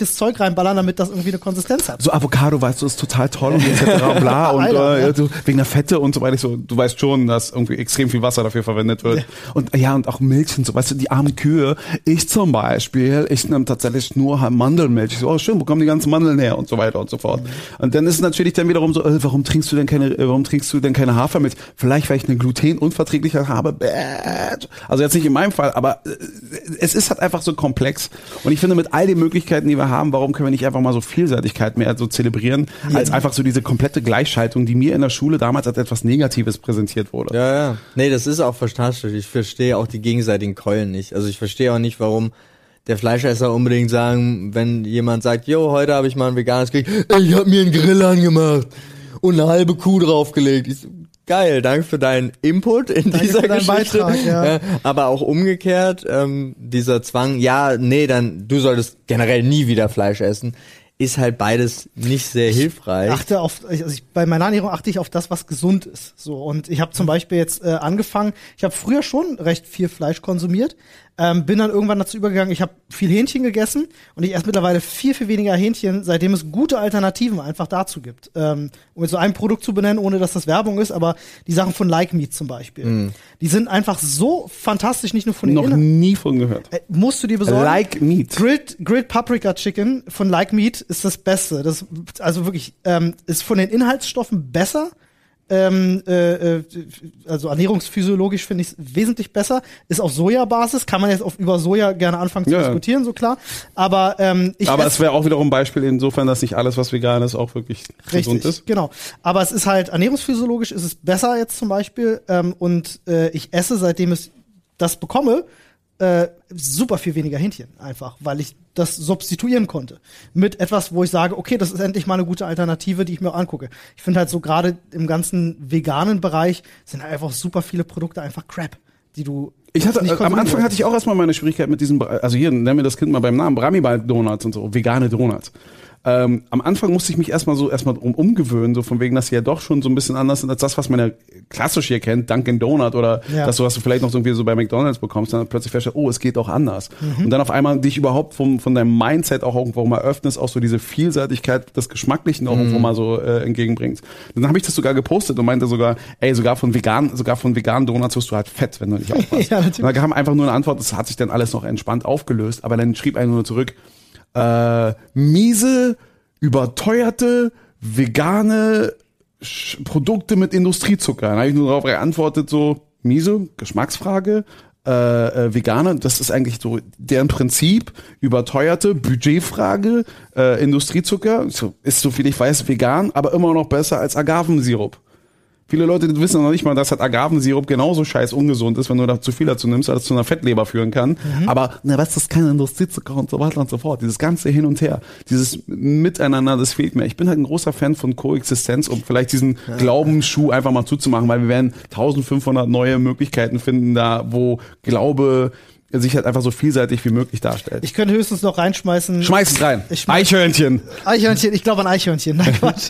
reinballern, damit das irgendwie eine Konsistenz hat. So Avocado, weißt du, ist total toll und et cetera bla und Alter, äh, ja. so, wegen der Fette und so weiter. Ich so, du weißt schon, dass irgendwie extrem viel Wasser dafür verwendet wird. Ja. Und ja, und auch Milch und so, weißt du, die armen Kühe. Ich zum Beispiel, ich nehme tatsächlich nur halt Mandelmilch. Ich so, oh schön, wo kommen die ganzen Mandeln her und so weiter und so fort. Mhm. Und dann ist es natürlich dann wiederum so, äh, warum trinkst du denn keine, äh, warum trinkst du denn keine Hafermilch? Vielleicht, weil ich eine Glutenunverträglichkeit habe. Bäh. Also jetzt nicht in meinem Fall, aber äh, es ist halt einfach so komplex. Und ich finde, mit all den Möglichkeiten, die wir haben, warum können wir nicht einfach mal so Vielseitigkeit mehr so zelebrieren, ja. als einfach so diese komplette Gleichschaltung, die mir in der Schule damals als etwas Negatives präsentiert wurde. Ja, ja. Nee, das ist auch fantastisch. Ich verstehe auch die gegenseitigen Keulen nicht. Also ich verstehe auch nicht, warum der Fleischesser unbedingt sagen, wenn jemand sagt, jo, heute habe ich mal ein veganes Gericht, ich habe mir einen Grill angemacht und eine halbe Kuh draufgelegt. Ich so, geil, danke für deinen Input in Danke dieser für deinen Geschichte. Beitrag, ja. Ja, aber auch umgekehrt, ähm, dieser Zwang, ja, nee, dann du solltest generell nie wieder Fleisch essen, ist halt beides nicht sehr hilfreich. Ich achte auf, also ich, bei meiner Ernährung achte ich auf das, was gesund ist. So, und ich habe zum Beispiel jetzt äh, angefangen, ich habe früher schon recht viel Fleisch konsumiert, ähm, bin dann irgendwann dazu übergegangen, ich habe viel Hähnchen gegessen und ich esse mittlerweile viel, viel weniger Hähnchen, seitdem es gute Alternativen einfach dazu gibt. Ähm, um jetzt so ein Produkt zu benennen, ohne dass das Werbung ist, aber die Sachen von Like Meat zum Beispiel, mm. die sind einfach so fantastisch, nicht nur von den Noch Inhalten. nie von gehört. Äh, musst du dir besorgen. Like Meat. Grilled, Grilled Paprika Chicken von Like Meat ist das Beste. Das, also wirklich, ähm, ist von den Inhaltsstoffen besser. Ähm, äh, also ernährungsphysiologisch finde ich es wesentlich besser. Ist auf Sojabasis, kann man jetzt auf, über Soja gerne anfangen zu ja. diskutieren, so klar. Aber ähm, ich Aber es wäre auch wiederum ein Beispiel insofern, dass nicht alles, was vegan ist, auch wirklich gesund Richtig, ist. genau. Aber es ist halt, ernährungsphysiologisch ist es besser jetzt zum Beispiel. Ähm, und äh, ich esse, seitdem ich das bekomme, äh, super viel weniger Hähnchen einfach, weil ich das substituieren konnte mit etwas, wo ich sage, okay, das ist endlich mal eine gute Alternative, die ich mir auch angucke. Ich finde halt so gerade im ganzen veganen Bereich sind halt einfach super viele Produkte einfach Crap, die du Ich hatte, nicht äh, am Anfang konsumieren hatte ich auch erstmal meine Schwierigkeit mit diesem, also hier, nennen wir das Kind mal beim Namen, Brahmi Donuts und so, vegane Donuts. Ähm, am Anfang musste ich mich erstmal so erstmal drum umgewöhnen, so von wegen, dass sie ja doch schon so ein bisschen anders sind als das, was man ja klassisch hier kennt, Dunkin' Donut oder Ja. das, was du vielleicht noch so irgendwie so bei McDonald's bekommst, dann plötzlich feststellst, oh, es geht auch anders. Mhm. Und dann auf einmal dich überhaupt vom, von deinem Mindset auch irgendwo mal öffnest, auch so diese Vielseitigkeit des Geschmacklichen auch Mhm. irgendwo mal so äh, entgegenbringst. Dann habe ich das sogar gepostet und meinte sogar, ey, sogar von vegan, sogar von veganen Donuts wirst du halt fett, wenn du nicht aufpasst. Ja, natürlich. Und da kam einfach nur eine Antwort, das hat sich dann alles noch entspannt aufgelöst, aber dann schrieb einer nur zurück, äh, miese, überteuerte, vegane Sch- Produkte mit Industriezucker. Dann habe ich nur darauf geantwortet, so, miese, Geschmacksfrage, äh, äh, vegane, das ist eigentlich so deren Prinzip, überteuerte, Budgetfrage, äh, Industriezucker, so, ist so viel ich weiß vegan, aber immer noch besser als Agavensirup. Viele Leute wissen noch nicht mal, dass halt Agavensirup genauso scheiß ungesund ist, wenn du da zu viel dazu nimmst, weil das zu einer Fettleber führen kann. Mhm. Aber, na, was, das ist keine Industriezucker und so weiter und so fort. Dieses ganze Hin und Her, dieses Miteinander, das fehlt mir. Ich bin halt ein großer Fan von Koexistenz, um vielleicht diesen ja. Glaubensschuh einfach mal zuzumachen, weil wir werden eintausendfünfhundert neue Möglichkeiten finden, da, wo Glaube sich halt einfach so vielseitig wie möglich darstellt. Ich könnte höchstens noch reinschmeißen. Schmeiß es rein. Ich schmeiß- Eichhörnchen. Eichhörnchen, ich glaube an Eichhörnchen. Nein, Quatsch.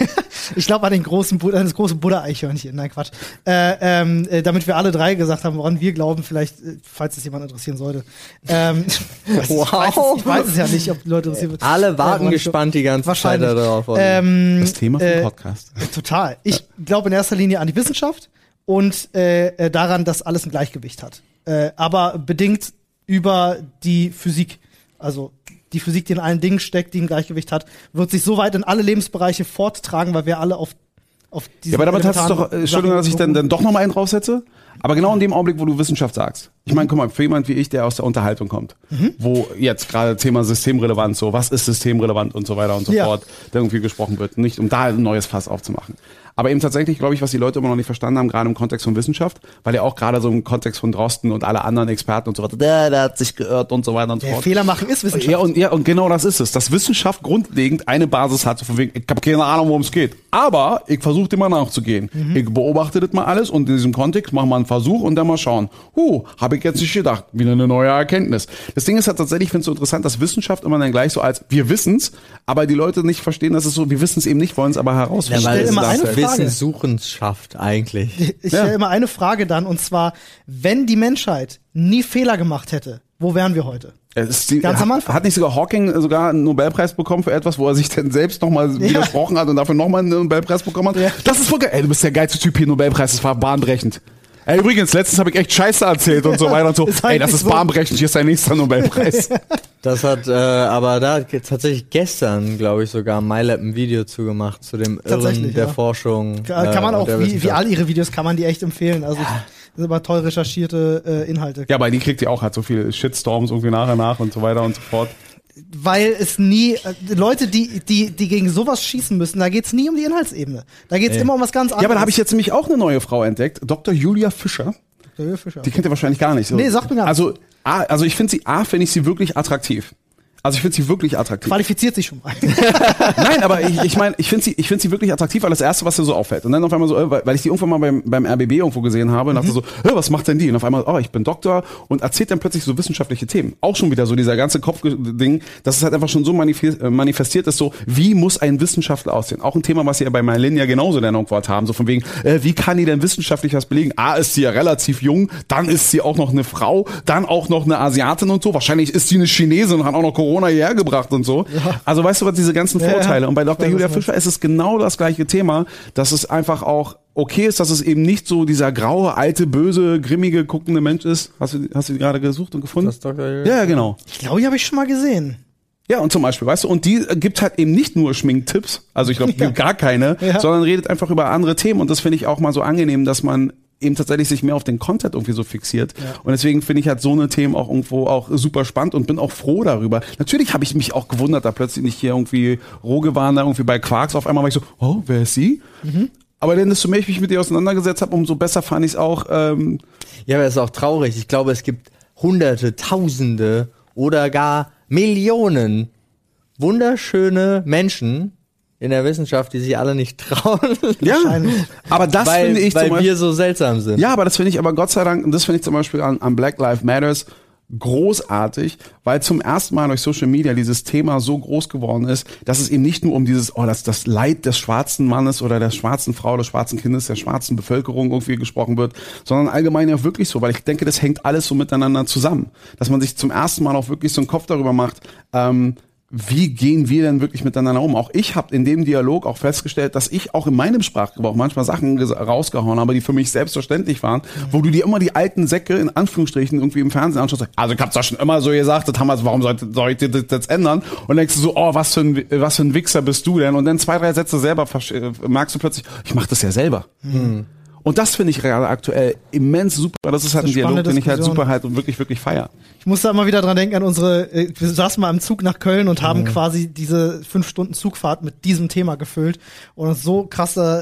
Ich glaube an den großen, Bu- an das große Buddha-Eichhörnchen. Nein, Quatsch. Äh, ähm, äh, damit wir alle drei gesagt haben, woran wir glauben, vielleicht, äh, falls es jemand interessieren sollte. Ähm, ich, Wow. weiß es, ich weiß es ja nicht, ob die Leute interessieren. Alle warten Ja, gespannt die ganze Zeit wahrscheinlich. darauf. Ähm, Das Thema vom äh, Podcast. Total. Ich glaube in erster Linie an die Wissenschaft und äh, äh, daran, dass alles ein Gleichgewicht hat. Äh, aber bedingt über die Physik. Also die Physik, die in allen Dingen steckt, die ein Gleichgewicht hat, wird sich so weit in alle Lebensbereiche forttragen, weil wir alle auf auf diese Ja, aber damit hast du doch, elementaren äh, Entschuldigung, Sachen dass ich dann, dann doch nochmal einen draufsetze. Aber genau in dem Augenblick, wo du Wissenschaft sagst. Ich meine, guck mal, für jemand wie ich, der aus der Unterhaltung kommt, Mhm. wo jetzt gerade Thema Systemrelevanz, so, was ist systemrelevant und so weiter und so Ja. fort, da irgendwie gesprochen wird. Nicht, um da ein neues Fass aufzumachen. Aber eben tatsächlich, glaube ich, was die Leute immer noch nicht verstanden haben, gerade im Kontext von Wissenschaft, weil ja auch gerade so im Kontext von Drosten und alle anderen Experten und so weiter, der, der hat sich geirrt und so weiter und so Der fort. Fehler machen ist Wissenschaft. Ja, und, ja, und genau das ist es. Dass Wissenschaft grundlegend eine Basis hat, so von wegen, ich habe keine Ahnung, worum es geht. Aber ich versuche dem mal nachzugehen. Mhm. Ich beobachte das mal alles und in diesem Kontext machen wir einen Versuch und dann mal schauen. Huh, habe ich jetzt nicht gedacht. Wieder eine neue Erkenntnis. Das Ding ist halt tatsächlich, ich finde es so interessant, dass Wissenschaft immer dann gleich so als, wir wissen's, aber die Leute nicht verstehen, dass es so, wir wissen es eben nicht, wollen es aber herausfinden. Ja, weil es immer das eine Frage. Wissenssuchenschaft eigentlich. Ich Ja. stelle immer eine Frage dann, und zwar, wenn die Menschheit nie Fehler gemacht hätte, wo wären wir heute? Es ist die, Ganz am hat, Anfang. hat nicht sogar Hawking sogar einen Nobelpreis bekommen für etwas, wo er sich dann selbst nochmal Ja. widersprochen hat und dafür nochmal einen Nobelpreis bekommen hat? Ja. Das ist voll geil. Ey, du bist der geilste Typ hier, Nobelpreis, das war bahnbrechend. Ey, übrigens, letztens habe ich echt Scheiße erzählt und so weiter und so. Ist halt Ey, das nicht ist so. bahnbrechend, hier ist dein nächster Nobelpreis. Das hat, äh, aber da hat ge- tatsächlich gestern, glaube ich, sogar MyLab ein Video zugemacht zu dem Irren Tatsächlich, der ja. Forschung. Kann, kann man äh, und auch, der wie, wie Wissenschaft. all ihre Videos, kann man die echt empfehlen. Also, das sind aber toll recherchierte äh, Inhalte. Ja, aber die kriegt ja auch halt so viele Shitstorms irgendwie nachher nach und so weiter und so fort. Weil es nie, äh, Leute, die, die, die gegen sowas schießen müssen, da geht's nie um die Inhaltsebene. Da geht's Nee. immer um was ganz anderes. Ja, aber da habe ich jetzt nämlich auch eine neue Frau entdeckt, Doktor Julia Fischer. Der Fischer. Die kennt ihr wahrscheinlich gar nicht. So. Nee, sagt mir gar nicht. Also, A, also ich finde sie, A, finde ich sie wirklich attraktiv. Also ich finde sie wirklich attraktiv. Qualifiziert sich schon mal. Nein, aber ich, ich meine, ich finde sie, ich finde sie wirklich attraktiv, weil das Erste, was dir so auffällt. Und dann auf einmal so, äh, weil weil ich die irgendwann mal beim, beim R B B irgendwo gesehen habe und dachte so, äh, was macht denn die? Und auf einmal, oh, ich bin Doktor und erzählt dann plötzlich so wissenschaftliche Themen. Auch schon wieder so dieser ganze Kopfding, dass es halt einfach schon so manifest, äh, manifestiert ist, so, wie muss ein Wissenschaftler aussehen? Auch ein Thema, was sie ja bei Mylin ja genauso dann irgendwo haben, so von wegen, äh, wie kann die denn wissenschaftlich was belegen? A, ist sie ja relativ jung, dann ist sie auch noch eine Frau, dann auch noch eine Asiatin und so. Wahrscheinlich ist sie eine Chinesin und hat auch noch Corona hierher gebracht und so. Also weißt du was, diese ganzen Ja, Vorteile. ja. Und bei Doktor Ja, Julia das Fischer ist es genau das gleiche Thema, dass es einfach auch okay ist, dass es eben nicht so dieser graue, alte, böse, grimmige, guckende Mensch ist. Hast du, hast du die gerade gesucht und gefunden? Das Doktor Ja, ja, genau. Ich glaube, die habe ich schon mal gesehen. Ja, und zum Beispiel, weißt du, und die äh, gibt halt eben nicht nur Schminktipps, also ich glaube, Ja. gar keine, Ja. sondern redet einfach über andere Themen und das finde ich auch mal so angenehm, dass man eben tatsächlich sich mehr auf den Content irgendwie so fixiert. Ja. Und deswegen finde ich halt so eine Themen auch irgendwo auch super spannend und bin auch froh darüber. Natürlich habe ich mich auch gewundert, da plötzlich nicht hier irgendwie Roge waren, da irgendwie bei Quarks auf einmal war ich so, oh, wer ist sie? Mhm. Aber denn desto mehr ich mich mit ihr auseinandergesetzt habe, umso besser fand ich es auch. Ähm, Ja, aber es ist auch traurig. Ich glaube, es gibt Hunderte, Tausende oder gar Millionen wunderschöne Menschen in der Wissenschaft, die sich alle nicht trauen, ja, Wahrscheinlich. aber das weil, finde ich weil zum Beispiel, wir so seltsam sind. ja, aber das finde ich aber Gott sei Dank, und das finde ich zum Beispiel an, an Black Lives Matters großartig, weil zum ersten Mal durch Social Media dieses Thema so groß geworden ist, dass es eben nicht nur um dieses, oh, das, das Leid des schwarzen Mannes oder der schwarzen Frau, des schwarzen Kindes, der schwarzen Bevölkerung irgendwie gesprochen wird, sondern allgemein ja wirklich so, weil ich denke, das hängt alles so miteinander zusammen, dass man sich zum ersten Mal auch wirklich so einen Kopf darüber macht, ähm, wie gehen wir denn wirklich miteinander um? Auch ich habe in dem Dialog auch festgestellt, dass ich auch in meinem Sprachgebrauch manchmal Sachen ges- rausgehauen habe, die für mich selbstverständlich waren, wo du dir immer die alten Säcke in Anführungsstrichen irgendwie im Fernsehen anschaust. Also ich hab's doch schon immer so gesagt, das haben wir, warum sollte, soll ich das jetzt ändern? Und dann denkst du so, oh, was für ein, was für ein Wichser bist du denn? Und dann zwei, drei Sätze selber versch- äh, merkst du plötzlich, ich mache das ja selber. Mhm. Und das finde ich gerade aktuell immens super. Das ist halt Das ein ist eine Dialog, den ich halt Diskussion. super halt und wirklich, wirklich feier. Ich muss da immer wieder dran denken an unsere, äh, wir saßen mal im Zug nach Köln und haben quasi diese fünf Stunden Zugfahrt mit diesem Thema gefüllt und uns so krass da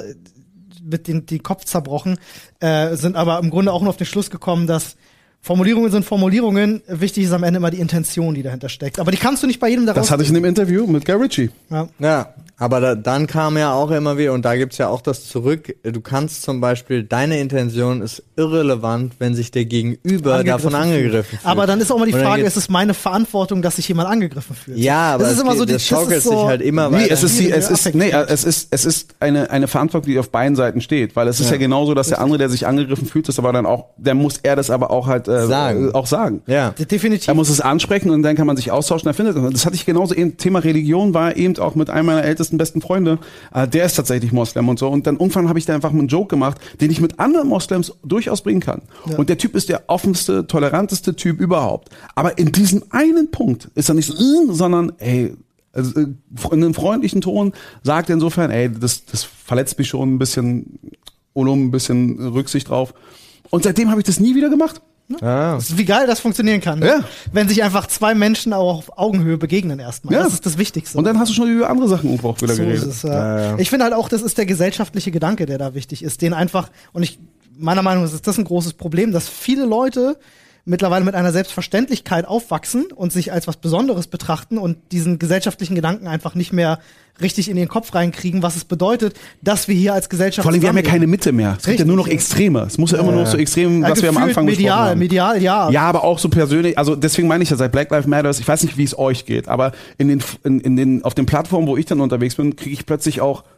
mit den die Kopf zerbrochen, äh, sind aber im Grunde auch nur auf den Schluss gekommen, dass Formulierungen sind Formulierungen, wichtig ist am Ende immer die Intention, die dahinter steckt. Aber die kannst du nicht bei jedem daraus. Das hatte ich in dem Interview mit Guy Ritchie. ja. Ja, aber da, dann kam ja auch immer wieder, und da gibt's ja auch das zurück, du kannst zum Beispiel, deine Intention ist irrelevant, wenn sich der Gegenüber davon angegriffen fühlt. Aber dann ist auch immer die Und dann Frage, geht's- ist es meine Verantwortung, dass sich jemand angegriffen fühlt? Ja, aber das ist es immer geht, so die, das schaukelt ist so, sich halt immer weiter. Nee, es ist die, es ist, nee, Affektiv. es ist, es ist eine, eine Verantwortung, die auf beiden Seiten steht, weil es ist ja, Ja. genauso, dass der andere, der sich angegriffen fühlt, das aber dann auch, der muss er das aber auch halt, äh, Sagen. äh, auch sagen. Ja. Definitiv. Er muss es ansprechen und dann kann man sich austauschen. Er findet, das hatte ich genauso eben, Thema Religion war eben auch mit einem meiner ältesten besten Freunde, äh, der ist tatsächlich Moslem und so. Und dann irgendwann habe ich da einfach einen Joke gemacht, den ich mit anderen Moslems durchaus bringen kann. Ja. Und der Typ ist der offenste, toleranteste Typ überhaupt. Aber in diesem einen Punkt ist er nicht so, äh, sondern, ey, also, äh, in einem freundlichen Ton sagt er insofern, ey, das, das verletzt mich schon ein bisschen, oder ein bisschen Rücksicht drauf. Und seitdem habe ich das nie wieder gemacht. Ah. Das ist, wie geil das funktionieren kann, ne? Ja. Wenn sich einfach zwei Menschen auch auf Augenhöhe begegnen erstmal. Ja. Das ist das Wichtigste. Und dann hast du schon über andere Sachen irgendwo auch wieder so geredet. ist es, ja. Ja, ja. Ich finde halt auch, das ist der gesellschaftliche Gedanke, der da wichtig ist, den einfach, und ich, meiner Meinung nach ist das ein großes Problem, dass viele Leute mittlerweile mit einer Selbstverständlichkeit aufwachsen und sich als was Besonderes betrachten und diesen gesellschaftlichen Gedanken einfach nicht mehr richtig in ihren Kopf reinkriegen, was es bedeutet, dass wir hier als Gesellschaft Vor allem, wir haben ja zusammenleben. keine Mitte mehr. Es gibt ja Richtig, nur noch ja. Extreme. Es muss ja immer Ja. nur so extrem, Ja, was wir am gefühlt Anfang medial, gesprochen haben. medial, ja. Ja, aber auch so persönlich, also deswegen meine ich ja, seit Black Lives Matters, ich weiß nicht, wie es euch geht, aber in den, in, in den, auf den Plattformen, wo ich dann unterwegs bin, kriege ich plötzlich auch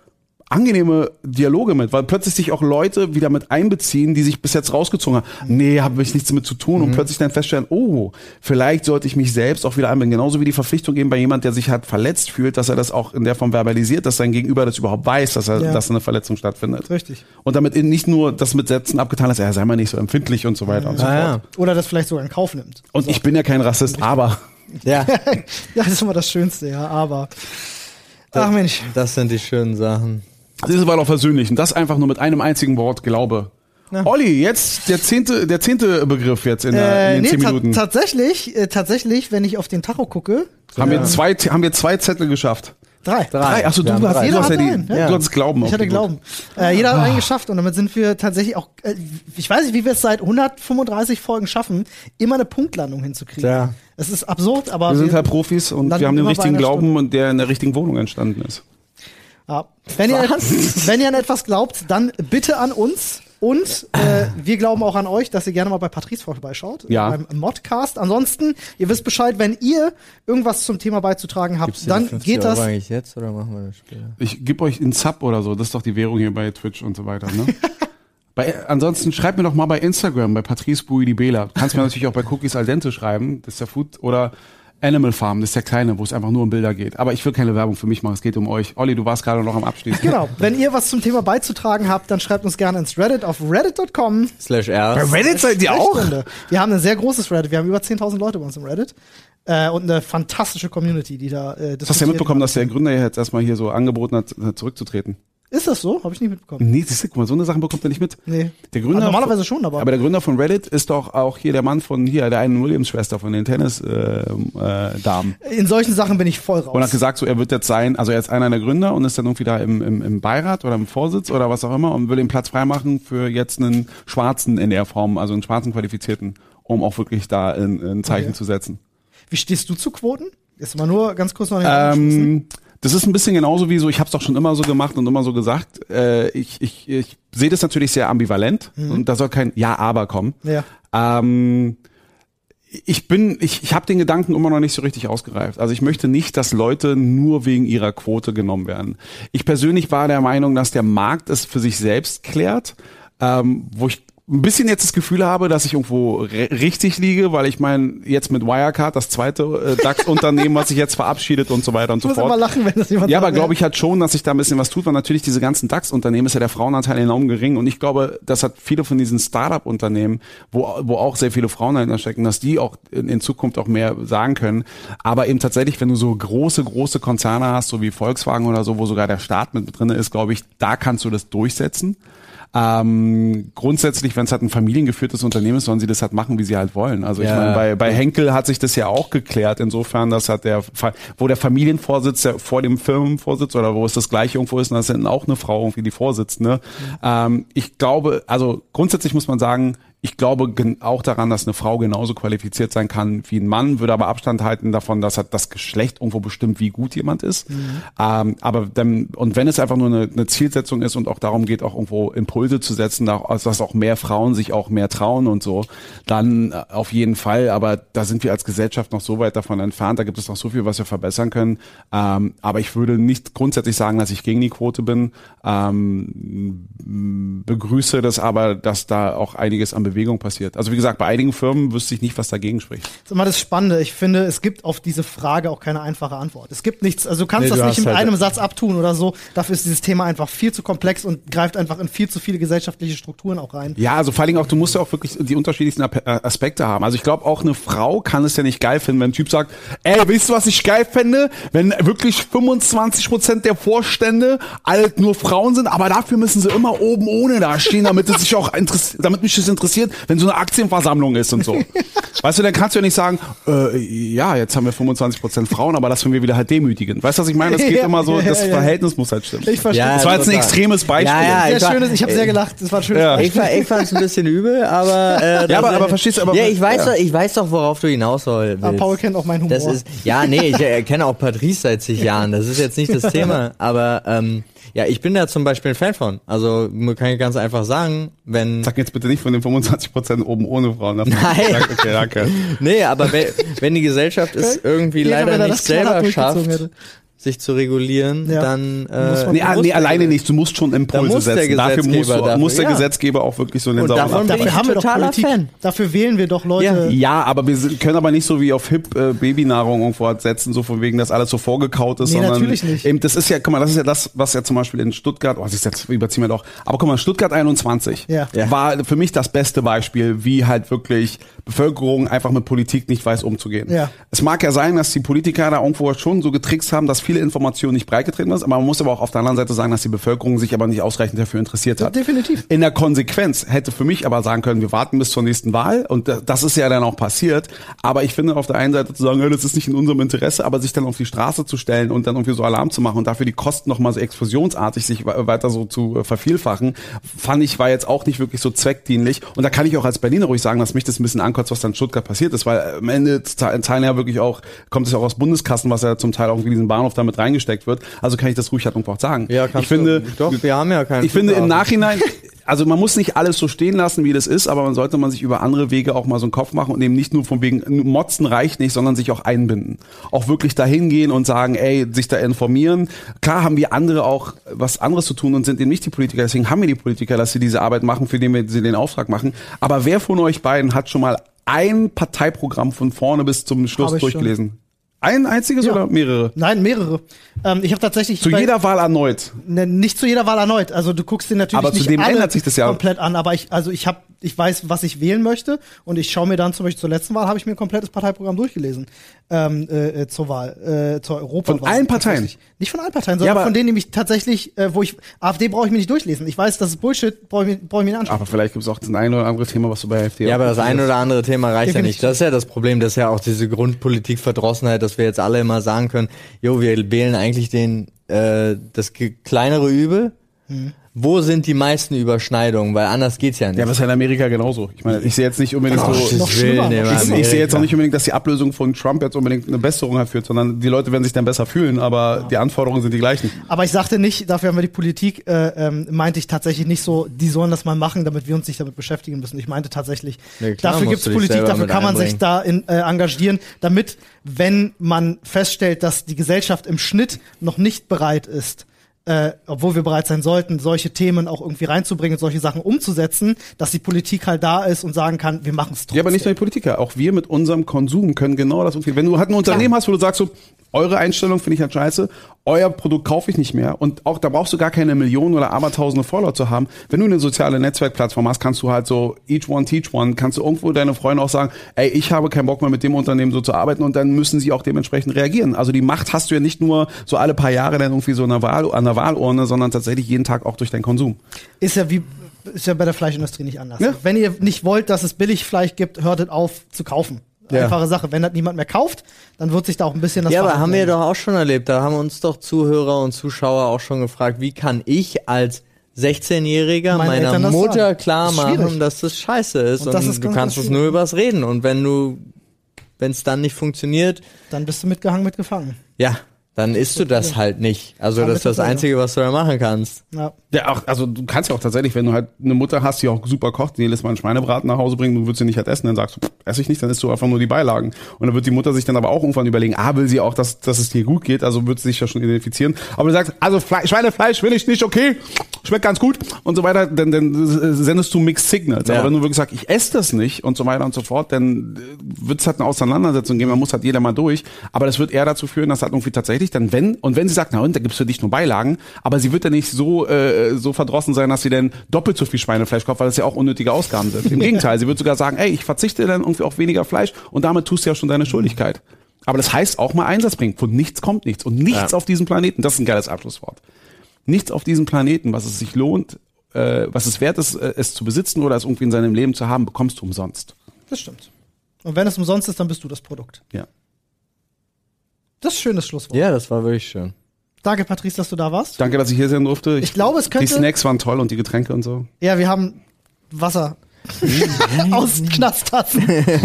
angenehme Dialoge mit, weil plötzlich sich auch Leute wieder mit einbeziehen, die sich bis jetzt rausgezogen haben. Nee, habe ich nichts damit zu tun. Und plötzlich dann feststellen, oh, vielleicht sollte ich mich selbst auch wieder einbinden. Genauso wie die Verpflichtung eben bei jemand, der sich halt verletzt fühlt, dass er das auch in der Form verbalisiert, dass sein Gegenüber das überhaupt weiß, dass er, Ja. dass eine Verletzung stattfindet. Richtig. Und damit eben nicht nur das mit Sätzen abgetan ist, ja, sei mal nicht so empfindlich und so weiter und so Ah, fort. ja. Oder das vielleicht sogar in Kauf nimmt. Und ich bin ja kein Rassist, aber Ja, Ja, das ist immer das Schönste, ja, aber. Ach Mensch. das sind die schönen Sachen. das war doch versöhnlich. Und das einfach nur mit einem einzigen Wort, Glaube. Olli, jetzt der zehnte, der zehnte Begriff jetzt in, der, Äh, in den nee, zehn ta Minuten. tatsächlich, äh, tatsächlich, wenn ich auf den Tacho gucke, Haben wir zwei, haben wir zwei Zettel geschafft. drei. Drei. Achso, du Wir haben hast, drei. du Jeder hast ja hatte die, einen, du ja. hattest Glauben. Ich auf hatte die Glauben. Äh, jeder hat einen geschafft und damit sind wir tatsächlich auch, äh, ich weiß nicht, wie wir es seit hundertfünfunddreißig Folgen schaffen, immer eine Punktlandung hinzukriegen. Ja. Es ist absurd, aber Wir sind halt Profis und landen wir haben den immer bei richtigen einer Glauben Stunde. und der in der richtigen Wohnung entstanden ist. Ja. Wenn, ihr, wenn ihr an etwas glaubt, dann bitte an uns. Und äh, wir glauben auch an euch, dass ihr gerne mal bei Patrice vorbeischaut, Ja. beim Modcast. Ansonsten, ihr wisst Bescheid, wenn ihr irgendwas zum Thema beizutragen habt, Gibt's hier die dann fünfzig geht das. Euro eigentlich jetzt oder machen wir das später? Ich gebe euch einen Sub oder so, das ist doch die Währung hier bei Twitch und so weiter. Ne? bei, ansonsten schreibt mir doch mal bei Instagram, bei Patrice Buidibela. Du kannst mir natürlich auch bei Cookies al dente schreiben, das ist der Food, oder Animal Farm, das ist der kleine, wo es einfach nur um Bilder geht. Aber ich will keine Werbung für mich machen, es geht um euch. Olli, du warst gerade noch am Abschließen. Genau, wenn ihr was zum Thema beizutragen habt, dann schreibt uns gerne ins Reddit auf reddit punkt com. Slash R. Reddit seid ihr auch? Sprechstunde. Wir haben ein sehr großes Reddit, wir haben über zehntausend Leute bei uns im Reddit. Äh, und eine fantastische Community, die da äh, Du hast ja mitbekommen, dass der Gründer jetzt erstmal hier so angeboten hat, zurückzutreten. Ist das so? Habe ich nicht mitbekommen. Nee, siehst du, guck mal, so eine Sache bekommt er nicht mit. Nee. Der Gründer Also normalerweise schon, aber- Aber der Gründer von Reddit ist doch auch hier der Mann von hier, der einen Williams-Schwester von den Tennis-Damen. Äh, Damen. In solchen Sachen bin ich voll raus. Und hat gesagt, so er wird jetzt sein, also er ist einer der Gründer und ist dann irgendwie da im, im, im Beirat oder im Vorsitz oder was auch immer und will den Platz freimachen für jetzt einen Schwarzen in der Form, also einen schwarzen Qualifizierten, um auch wirklich da ein, ein Zeichen Okay. zu setzen. Wie stehst du zu Quoten? Jetzt mal nur ganz kurz noch nicht angeschlossen. Ähm, das ist ein bisschen genauso wie so, ich habe es doch schon immer so gemacht und immer so gesagt, äh, ich, ich, ich sehe das natürlich sehr ambivalent und da soll kein Ja-Aber kommen. Ja. Ähm, ich bin, ich, ich habe den Gedanken immer noch nicht so richtig ausgereift. Also ich möchte nicht, dass Leute nur wegen ihrer Quote genommen werden. Ich persönlich war der Meinung, dass der Markt es für sich selbst klärt, ähm, wo ich ein bisschen jetzt das Gefühl habe, dass ich irgendwo re- richtig liege, weil ich meine, jetzt mit Wirecard, das zweite äh, DAX-Unternehmen, was sich jetzt verabschiedet und so weiter und Ich so muss fort. immer lachen, wenn das jemand Ja, aber sagt, glaube ich halt schon, dass sich da ein bisschen was tut, weil natürlich diese ganzen DAX-Unternehmen ist ja der Frauenanteil enorm gering und ich glaube, das hat viele von diesen Startup-Unternehmen, wo, wo auch sehr viele Frauen dahinter stecken, dass die auch in, in Zukunft auch mehr sagen können. Aber eben tatsächlich, wenn du so große, große Konzerne hast, so wie Volkswagen oder so, wo sogar der Staat mit drin ist, glaube ich, da kannst du das durchsetzen. Ähm, grundsätzlich, wenn es halt ein familiengeführtes Unternehmen ist, sollen sie das halt machen, wie sie halt wollen. Also ich Ja. meine, bei, bei Henkel hat sich das ja auch geklärt, insofern, dass hat der, Fa- wo der Familienvorsitz ja vor dem Firmenvorsitz oder wo es das gleiche irgendwo ist, und da ist dann auch eine Frau irgendwie die Vorsitzende. Ähm, ich glaube, also grundsätzlich muss man sagen, ich glaube gen- auch daran, dass eine Frau genauso qualifiziert sein kann wie ein Mann, würde aber Abstand halten davon, dass halt das Geschlecht irgendwo bestimmt, wie gut jemand ist. Ähm, aber dann, und wenn es einfach nur eine, eine Zielsetzung ist und auch darum geht, auch irgendwo Impulse zu setzen, da- also dass auch mehr Frauen sich auch mehr trauen und so, dann äh, auf jeden Fall. Aber da sind wir als Gesellschaft noch so weit davon entfernt. Da gibt es noch so viel, was wir verbessern können. Ähm, aber ich würde nicht grundsätzlich sagen, dass ich gegen die Quote bin. Ähm, begrüße das aber, dass da auch einiges an Bewegung passiert. Also wie gesagt, bei einigen Firmen wüsste ich nicht, was dagegen spricht. Das ist immer das Spannende. Ich finde, es gibt auf diese Frage auch keine einfache Antwort. Es gibt nichts, also du kannst Nee, das du nicht hast in halt- einem Satz abtun oder so. Dafür ist dieses Thema einfach viel zu komplex und greift einfach in viel zu viele gesellschaftliche Strukturen auch rein. Ja, also vor allen Dingen auch, du musst ja auch wirklich die unterschiedlichsten Ap- äh, Aspekte haben. Also ich glaube, auch eine Frau kann es ja nicht geil finden, wenn ein Typ sagt, ey, weißt du, was ich geil fände? Wenn wirklich fünfundzwanzig Prozent der Vorstände alt nur Frauen sind, aber dafür müssen sie immer oben ohne da stehen, damit es sich auch interessiert, damit mich das interessiert, wenn so eine Aktienversammlung ist und so. Weißt du, dann kannst du ja nicht sagen, äh, ja, jetzt haben wir fünfundzwanzig Prozent Frauen, aber das finden wir wieder halt demütigend. Weißt du, was ich meine? Das geht Ja, immer so, ja, das ja. Verhältnis muss halt stimmen. Ich verstehe. Ja, Das war jetzt ein total. extremes Beispiel. Ja, ja, sehr ich war- schönes, ich habe sehr gelacht. Das war ein schönes Ja. Beispiel. Ich, war- ich fand es ein bisschen übel, aber äh, Ja, das- aber- aber verstehst du, aber- ja, ich weiß ja. doch, ich weiß doch, worauf du hinaus soll- Ah, willst. Paul kennt auch meinen Humor. Das ist ja, nee, ich äh, kenne auch Patrice seit zig Jahren. Das ist jetzt nicht das Thema, aber ähm, ja, ich bin da zum Beispiel ein Fan von. Also man kann ich ganz einfach sagen, wenn Sag jetzt bitte nicht von den fünfundzwanzig Prozent oben ohne Frauen. Nein. Okay, danke. nee, aber wenn, wenn die Gesellschaft es irgendwie Jeder, leider wenn er nicht das knallhart selber durchgezogen schafft, hätte. sich zu regulieren, Ja. dann Muss äh, man- Nee, muss nee, der- alleine nicht. Du musst schon Impulse muss der setzen. Dafür muss, Gesetzgeber du, dafür, muss der ja. Gesetzgeber auch wirklich so in den Und sauren davon Apfel. bin Dafür ich haben wir doch totaler Politik. Fan. Dafür wählen wir doch Leute. Ja, aber wir sind, können aber nicht so wie auf Hip äh, Babynahrung irgendwo halt setzen, so von wegen, dass alles so vorgekaut ist, Nee, sondern natürlich nicht. eben, das ist ja, guck mal, das ist ja das, was ja zum Beispiel in Stuttgart, oh, das ist jetzt überziehen wir doch, aber guck mal, Stuttgart einundzwanzig Ja. Ja. war für mich das beste Beispiel, wie halt wirklich Bevölkerung einfach mit Politik nicht weiß umzugehen. Ja. Es mag ja sein, dass die Politiker da irgendwo schon so getrickst haben, dass viele Informationen nicht breitgetreten sind, aber man muss aber auch auf der anderen Seite sagen, dass die Bevölkerung sich aber nicht ausreichend dafür interessiert hat. Definitiv. In der Konsequenz hätte für mich aber sagen können, wir warten bis zur nächsten Wahl und das ist ja dann auch passiert. Aber ich finde auf der einen Seite zu sagen, ja, das ist nicht in unserem Interesse, aber sich dann auf die Straße zu stellen und dann irgendwie so Alarm zu machen und dafür die Kosten nochmal so explosionsartig sich weiter so zu vervielfachen, fand ich, war jetzt auch nicht wirklich so zweckdienlich. Und da kann ich auch als Berliner ruhig sagen, dass mich das ein bisschen ankotzt, was dann in Stuttgart passiert ist, weil am Ende zahlen ja wirklich auch, kommt es ja auch aus Bundeskassen, was ja zum Teil auch irgendwie diesen Bahnhof damit reingesteckt wird. Also kann ich das ruhig halt irgendwo auch sagen. Ja, kannst ich finde, du, doch, wir haben ja keinen ich finde im Flughafen. Nachhinein, also man muss nicht alles so stehen lassen, wie das ist, aber man sollte man sich über andere Wege auch mal so einen Kopf machen und eben nicht nur von wegen Motzen reicht nicht, sondern sich auch einbinden. Auch wirklich dahin gehen und sagen, ey, sich da informieren. Klar haben wir andere auch was anderes zu tun und sind eben nicht die Politiker, deswegen haben wir die Politiker, dass sie diese Arbeit machen, für den wir sie den Auftrag machen. Aber wer von euch beiden hat schon mal ein Parteiprogramm von vorne bis zum Schluss Hab ich durchgelesen? Ein einziges Ja. oder mehrere? Nein, mehrere. Ähm, ich habe tatsächlich Zu bei- jeder Wahl erneut. Ne, nicht zu jeder Wahl erneut. Also du guckst dir natürlich Aber nicht zudem alle ändert sich das ja. komplett an. Aber ich, also ich habe, ich weiß, was ich wählen möchte und ich schaue mir dann zum Beispiel zur letzten Wahl habe ich mir ein komplettes Parteiprogramm durchgelesen ähm, äh, zur Wahl, äh, zur Europawahl. Von allen Parteien? Tatsächlich. Nicht von allen Parteien, sondern Ja, aber- von denen, die mich tatsächlich, äh, wo ich AfD brauche ich mir nicht durchlesen. Ich weiß, das ist Bullshit, brauche ich, mir- brauch ich mir nicht anschauen. Aber vielleicht gibt es auch das eine oder andere Thema, was du bei AfD Ja, aber das auch eine oder andere Thema reicht ja Definitiv. nicht. Das ist ja das Problem, das ist ja auch diese Grundpolitik-Verdrossenheit, dass wir jetzt alle immer sagen können, jo, wir wählen eigentlich den äh, das ge- kleinere Übel. Hm. Wo sind die meisten Überschneidungen? Weil anders geht's ja nicht. Ja, aber es ist ja in Amerika genauso. Ich meine, ich sehe jetzt nicht unbedingt Oh, so. noch schlimmer, noch Ich, schlimmer. ich sehe jetzt auch nicht unbedingt, dass die Ablösung von Trump jetzt unbedingt eine Besserung erführt, sondern die Leute werden sich dann besser fühlen, aber die Anforderungen sind die gleichen. Aber ich sagte nicht, dafür haben wir die Politik, äh, ähm, meinte ich tatsächlich nicht so, die sollen das mal machen, damit wir uns nicht damit beschäftigen müssen. Ich meinte tatsächlich, Nee, klar dafür musst gibt's du dich Politik, selber dafür mit kann man sich einbringen. da in, äh, engagieren, damit, wenn man feststellt, dass die Gesellschaft im Schnitt noch nicht bereit ist, äh, obwohl wir bereit sein sollten, solche Themen auch irgendwie reinzubringen, solche Sachen umzusetzen, dass die Politik halt da ist und sagen kann, wir machen es trotzdem. Ja, aber nicht nur die Politiker. Auch wir mit unserem Konsum können genau das umgehen. Wenn du halt ein Unternehmen hast, wo du sagst so, eure Einstellung finde ich halt scheiße, euer Produkt kaufe ich nicht mehr und auch da brauchst du gar keine Millionen oder abertausende Follower zu haben. Wenn du eine soziale Netzwerkplattform hast, kannst du halt so each one teach one, kannst du irgendwo deine Freunde auch sagen, ey, ich habe keinen Bock mehr mit dem Unternehmen so zu arbeiten und dann müssen sie auch dementsprechend reagieren. Also die Macht hast du ja nicht nur so alle paar Jahre dann irgendwie so an der, Wahl, an der Wahlurne, sondern tatsächlich jeden Tag auch durch deinen Konsum. Ist ja wie, ist ja bei der Fleischindustrie nicht anders. Ja. Wenn ihr nicht wollt, dass es Billigfleisch gibt, hört es auf zu kaufen. Ja. Einfache Sache. Wenn das niemand mehr kauft, dann wird sich da auch ein bisschen das Ja, aber Verhalten haben wir ändern. doch auch schon erlebt. Da haben uns doch Zuhörer und Zuschauer auch schon gefragt, wie kann ich als sechzehnjähriger Meinen meiner Eltern das Mutter sagen. klar Das ist machen, schwierig. dass das scheiße ist. Und Und, das ist du ganz, kannst ganz es nur schwierig. übers Reden. Und wenn du, wenn es dann nicht funktioniert, Dann bist du mitgehangen, mitgefangen. ja, dann isst du das halt nicht. Also Aber das ist das mit der Einzige, was du da machen kannst. Ja. Ja, auch, also du kannst ja auch tatsächlich, wenn du halt eine Mutter hast, die auch super kocht, die jedes Mal einen Schweinebraten nach Hause bringt, du würdest sie nicht halt essen, dann sagst du, pff, esse ich nicht, dann isst du einfach nur die Beilagen. Und dann wird die Mutter sich dann aber auch irgendwann überlegen, ah, will sie auch, dass, dass es dir gut geht, also wird sie sich ja schon identifizieren. Aber du sagst, also Fle Schweinefleisch will ich nicht, okay, schmeckt ganz gut und so weiter, dann, dann sendest du Mixed Signals. Ja. Aber wenn du wirklich sagst, ich esse das nicht und so weiter und so fort, dann wird es halt eine Auseinandersetzung geben, man muss halt jeder mal durch. Aber das wird eher dazu führen, dass halt irgendwie tatsächlich dann, wenn, und wenn sie sagt, na und, da gibt's für dich nur Beilagen, aber sie wird dann nicht so, äh, so verdrossen sein, dass sie dann doppelt so viel Schweinefleisch kauft, weil das ja auch unnötige Ausgaben sind. Im Gegenteil, sie wird sogar sagen, ey, ich verzichte dann irgendwie auf weniger Fleisch und damit tust du ja schon deine Schuldigkeit. Aber das heißt auch mal Einsatz bringen. Von nichts kommt nichts. Und nichts Ja. auf diesem Planeten, das ist ein geiles Abschlusswort. Nichts auf diesem Planeten, was es sich lohnt, äh, was es wert ist, äh, es zu besitzen oder es irgendwie in seinem Leben zu haben, bekommst du umsonst. Das stimmt. Und wenn es umsonst ist, dann bist du das Produkt. Ja. Das ist ein schönes Schlusswort. Ja, das war wirklich schön. Danke, Patrice, dass du da warst. Danke, dass ich hier sein durfte. Ich glaube, es könnte- Die Snacks waren toll und die Getränke und so. Ja, wir haben Wasser aus Knasttassen.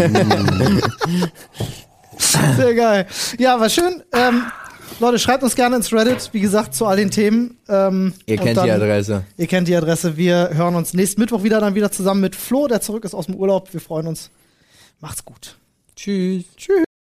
Sehr geil. Ja, war schön. Ähm, Leute, schreibt uns gerne ins Reddit, wie gesagt, zu all den Themen. Ähm, Ihr und kennt dann- die Adresse. Ihr kennt die Adresse. Wir hören uns nächsten Mittwoch wieder, dann wieder zusammen mit Flo, der zurück ist aus dem Urlaub. Wir freuen uns. Macht's gut. Tschüss. Tschüss.